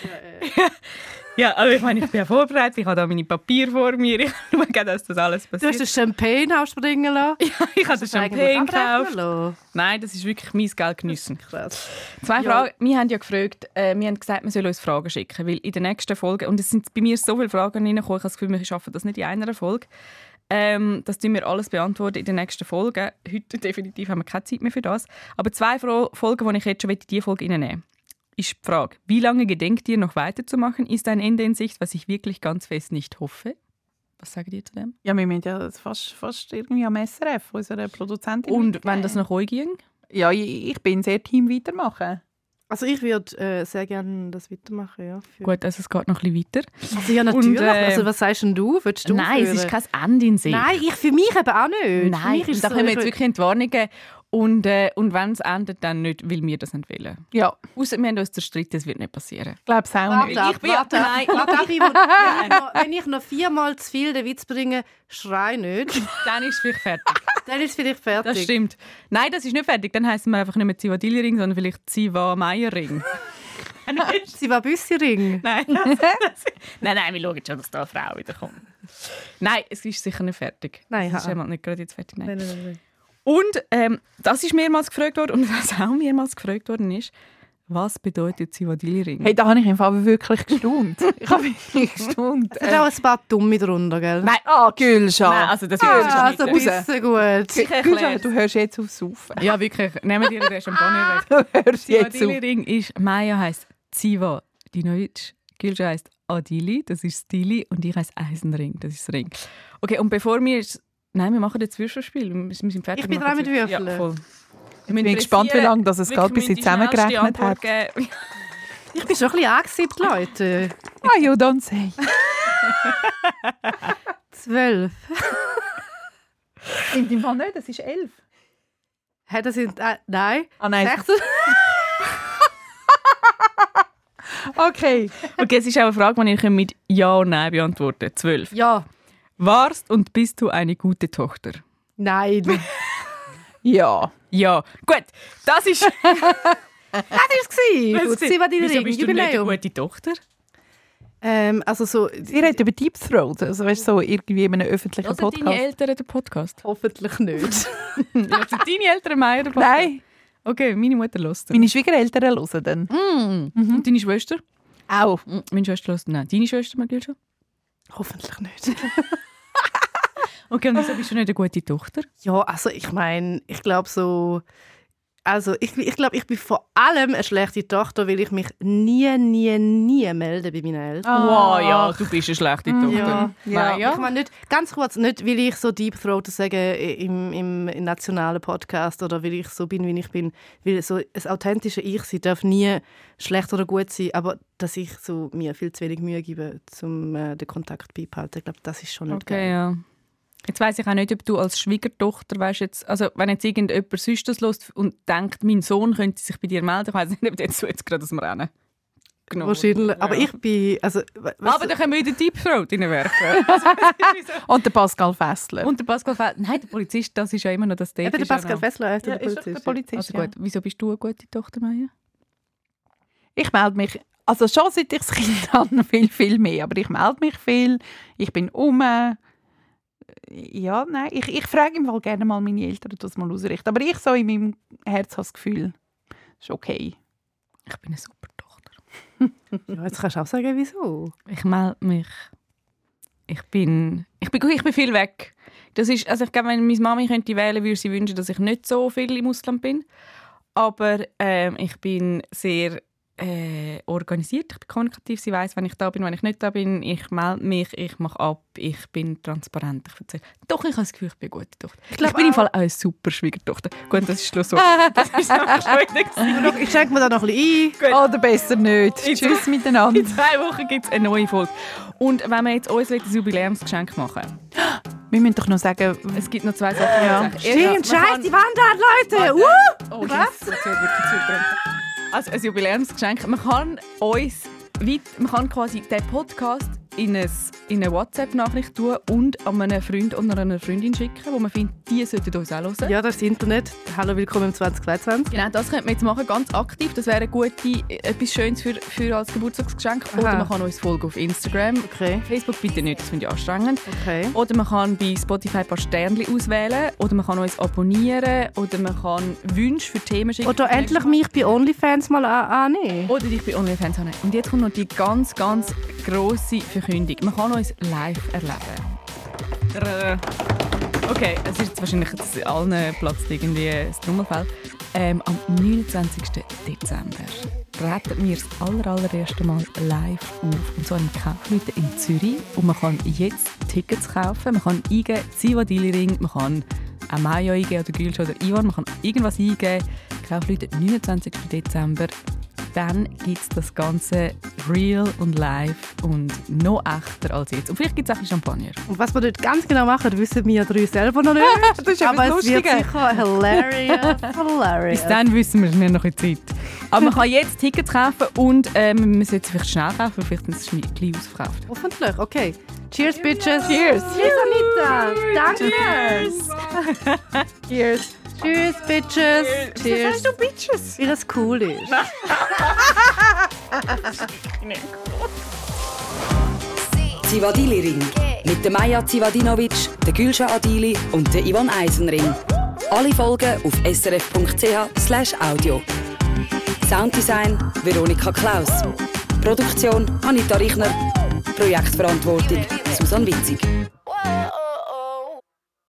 Ja, aber ich meine, ich bin ja vorbereitet, ich habe da meine Papiere vor mir, ich schaue, dass das alles Du hast passiert. den Champagne ausspringen lassen. Ich habe den Champagne gekauft. gekauft. Nein, das ist wirklich mein Geld geniessen. Krass. Zwei Fragen. Wir haben ja gefragt, wir haben gesagt, wir sollen uns Fragen schicken, weil in der nächsten Folge, und es sind bei mir so viele Fragen reingekommen, ich habe das Gefühl, wir schaffen das nicht in einer Folge. Das tun wir alles beantworten in der nächsten Folge. Heute definitiv haben wir keine Zeit mehr für das. Aber 2 Folgen, die ich jetzt schon in diese Folge reinnehmen ist die Frage, wie lange gedenkt ihr noch weiterzumachen? Ist ein Ende in Sicht, was ich wirklich ganz fest nicht hoffe? Was sagt ihr zu dem? Ja, wir müssen ja fast irgendwie am SRF, unserer Produzentin. Und wenn das nach euch ging? Ja, ich bin sehr Team weitermachen. Also ich würde sehr gerne das weitermachen, ja. Gut, also es geht noch ein bisschen weiter. Also ja, natürlich. Und, also was sagst denn du? Willst du Nein, es führen? ist kein Ende in Sicht. Nein, für mich eben auch nicht. Für Nein, mich ist da so, können wir ich jetzt will- wirklich Entwarnungen. Und wenn es endet, dann nicht, weil wir das nicht wollen. Ja, Ausser wir haben uns zerstritten, das wird nicht passieren. ich glaube es auch nicht. Warte, bin- nein. wenn ich noch 4-mal zu viel den Witz bringe, schrei nicht. Dann ist es vielleicht fertig. Dann ist es vielleicht fertig. Das stimmt. Nein, das ist nicht fertig. Dann heisst es einfach nicht mehr Zivadili-Ring, sondern vielleicht Ziva-Meier-Ring. Sie war Büssi-Ring. Nein, nein, wir schauen schon, dass da eine Frau wiederkommt. Nein, es ist sicher nicht fertig. Nein, es ist ha. einmal nicht gerade jetzt fertig. Nein. Nein. Und das ist mehrmals gefragt worden und was auch mehrmals gefragt worden ist, was bedeutet Zivadili-Ring? Hey, da habe ich im Fall wirklich gestaunt. Ich habe wirklich gestaunt. Es sind auch ein paar Dumme drunter, gell? Nein, Gülscha. nein, also das ist Also nicht. ein bisschen gut. Ich Gülscha, erkläre du hörst jetzt auf Saufen. Ja, wirklich. Nehmen dir den Champagner weg. Du hörst jetzt auf. Zivadili-Ring ist, Maya heisst Ziva, die Deutsch. Gülscha heisst Adili, das ist Stili. Und ich heisst Eisenring, das ist das Ring. Okay, und bevor wir... Nein, wir machen jetzt Würfelspiel. Wir sind fertig. Ich bin Wir dran machen mit jetzt- Würfeln. Ja, voll. Ich bin gespannt, wie lange das es geht, bis sie zusammengerechnet hat. Ich bin schon ein bisschen angesippt, Leute. Ah, you don't say. 12. Stimmt im Fall nicht, das ist 11. Hey, das sind... nein. Ah nein. 16. Okay. Okay, es ist auch eine Frage, die ihr mit Ja oder Nein beantworten könnt. 12. Ja. Warst und bist du eine gute Tochter? Nein. Ja. Ja. Gut, das ist... Das war es. Sie war die Wieso Ring. bist du nicht eine Jubiläum. gute Tochter? Also so... Sie redet über Deep Throat, also weißt, so irgendwie in einem öffentlichen Also deine Podcast. Eltern den Podcast? Hoffentlich nicht. Also deine Eltern Meier den Podcast? Nein, Okay, meine Mutter hört den. meine Schwiegereltern hören dann. Und deine Schwester? Auch. Meine Schwester hört den. Nein, deine Schwester mag schon. Hoffentlich nicht. Okay, und wieso bist du nicht eine gute Tochter? Ja, also ich meine, ich glaube so... Also ich glaube, ich bin vor allem eine schlechte Tochter, weil ich mich nie melde bei meinen Eltern. Wow, ja, du bist eine schlechte Tochter. Ja. Maya? Ich meine nicht, ganz kurz, nicht weil ich so Deep Throat sage im nationalen Podcast oder weil ich so bin, wie ich bin. Weil so ein authentisches Ich-Sein darf nie schlecht oder gut sein, aber dass ich so mir viel zu wenig Mühe gebe, um den Kontakt beibehalten. Ich glaube, das ist schon nicht Okay, geil. ja. Jetzt weiss ich auch nicht, ob du als Schwiegertochter, weißt jetzt, also wenn jetzt irgendjemand sonst das hört und denkt, mein Sohn könnte sich bei dir melden, ich weiss nicht, ob du jetzt gerade aus dem Rennen genommen. Wahrscheinlich. Aber Ja. ich bin... Also, Aber dann können wir den Deep Throat reinwerfen. Und der Pascal Fessler. Und der Pascal Fessler, nein, der Polizist, das ist ja immer noch das Date. eben der Pascal Fessler ist ja, der ist doch Polizist. der Polizist. Also gut, wieso bist du eine gute Tochter, Maya? Ich melde mich, also schon seit ich das Kind habe, viel mehr. Aber ich melde mich viel, ich bin ja, nein, ich frage im Fall gerne mal meine Eltern, das mal ausrichten. Aber ich so in meinem Herz habe das Gefühl, ist okay. Ich bin eine super Tochter. Ja, jetzt kannst du auch sagen, wieso. Ich melde mich. Ich bin viel weg. Das ist, also ich glaube, wenn meine Mami könnte wählen, würde sie wünschen, dass ich nicht so viel im Ausland bin. Aber ich bin sehr organisiert, ich bin kommunikativ, sie weiss, wenn ich da bin, wenn ich nicht da bin, ich melde mich, ich mache ab, ich bin transparent, ich erzähle. Doch, ich habe das Gefühl, ich bin eine gute Tochter. Ich bin im Fall auch eine super Schwiegertochter. Gut, das ist Schlusswort. Das ist einfach schon wieder. Ich schenke mir da noch ein bisschen Oder besser nicht. Tschüss miteinander. In 2 Wochen gibt es eine neue Folge. Und wenn wir jetzt uns ein Jubiläumsgeschenk machen, Wir müssen doch noch sagen, es gibt noch 2 Sachen. Ja. Stimmt, scheiß die Wand an, Leute! Oh, das wird wirklich zu. Also ein Jubiläumsgeschenk. Man kann uns man kann quasi den Podcast in eine WhatsApp-Nachricht tun und an einen Freund oder einer Freundin schicken, wo man findet, die sollten uns auch hören. Ja, das Internet. Hallo, willkommen im 2022. Genau, das könnte man jetzt machen, ganz aktiv. Das wäre etwas Schönes für als Geburtstagsgeschenk. Aha. Oder man kann uns folgen auf Instagram. Okay. Facebook bitte nicht, das finde ich anstrengend. Okay. Oder man kann bei Spotify ein paar Sternchen auswählen. Oder man kann uns abonnieren. Oder man kann Wünsche für Themen schicken. Oder endlich mich bei OnlyFans mal annehmen. Oder dich bei OnlyFans haben. Und jetzt kommt noch die ganz, ganz grosse Verkündung. Man kann uns live erleben. Okay, es ist jetzt wahrscheinlich jetzt allen platzt irgendwie das Trommelfell. Am 29. Dezember treten wir das allererste Mal live auf. Und zwar im Kaufleuten in Zürich. Und man kann jetzt Tickets kaufen. Man kann eingeben Zivadili-Ring, man kann auch Maya eingeben oder Gülsch oder Ivan. Man kann irgendwas eingeben. Kaufleuten 29. Dezember. Dann gibt es das Ganze real und live und noch echter als jetzt. Und vielleicht gibt es auch ein Champagner. Und was wir dort ganz genau machen, wissen wir drei selber noch nicht. Das ist aber es wird Lustige. sicher hilarious. Bis dann wissen wir, wir haben noch ein Zeit. Aber man kann jetzt Tickets kaufen und man sollte vielleicht schnell kaufen, weil vielleicht ist es gleich ausverkauft. Hoffentlich, okay. Cheers, Bitches. Cheers. Cheers, Anita. Danke. Cheers. Tschüss, Bitches. Cheers. Was heißt du Bitches? Weil das cool ist. Zivadili-Ring. Mit der Maja Zivadinovic, der Gülşah Adili und der Ivan Eisenring. Alle Folgen auf srf.ch/audio. Sounddesign Veronika Klaus. Produktion Anita Richner. Projektverantwortung Susanne Witzig.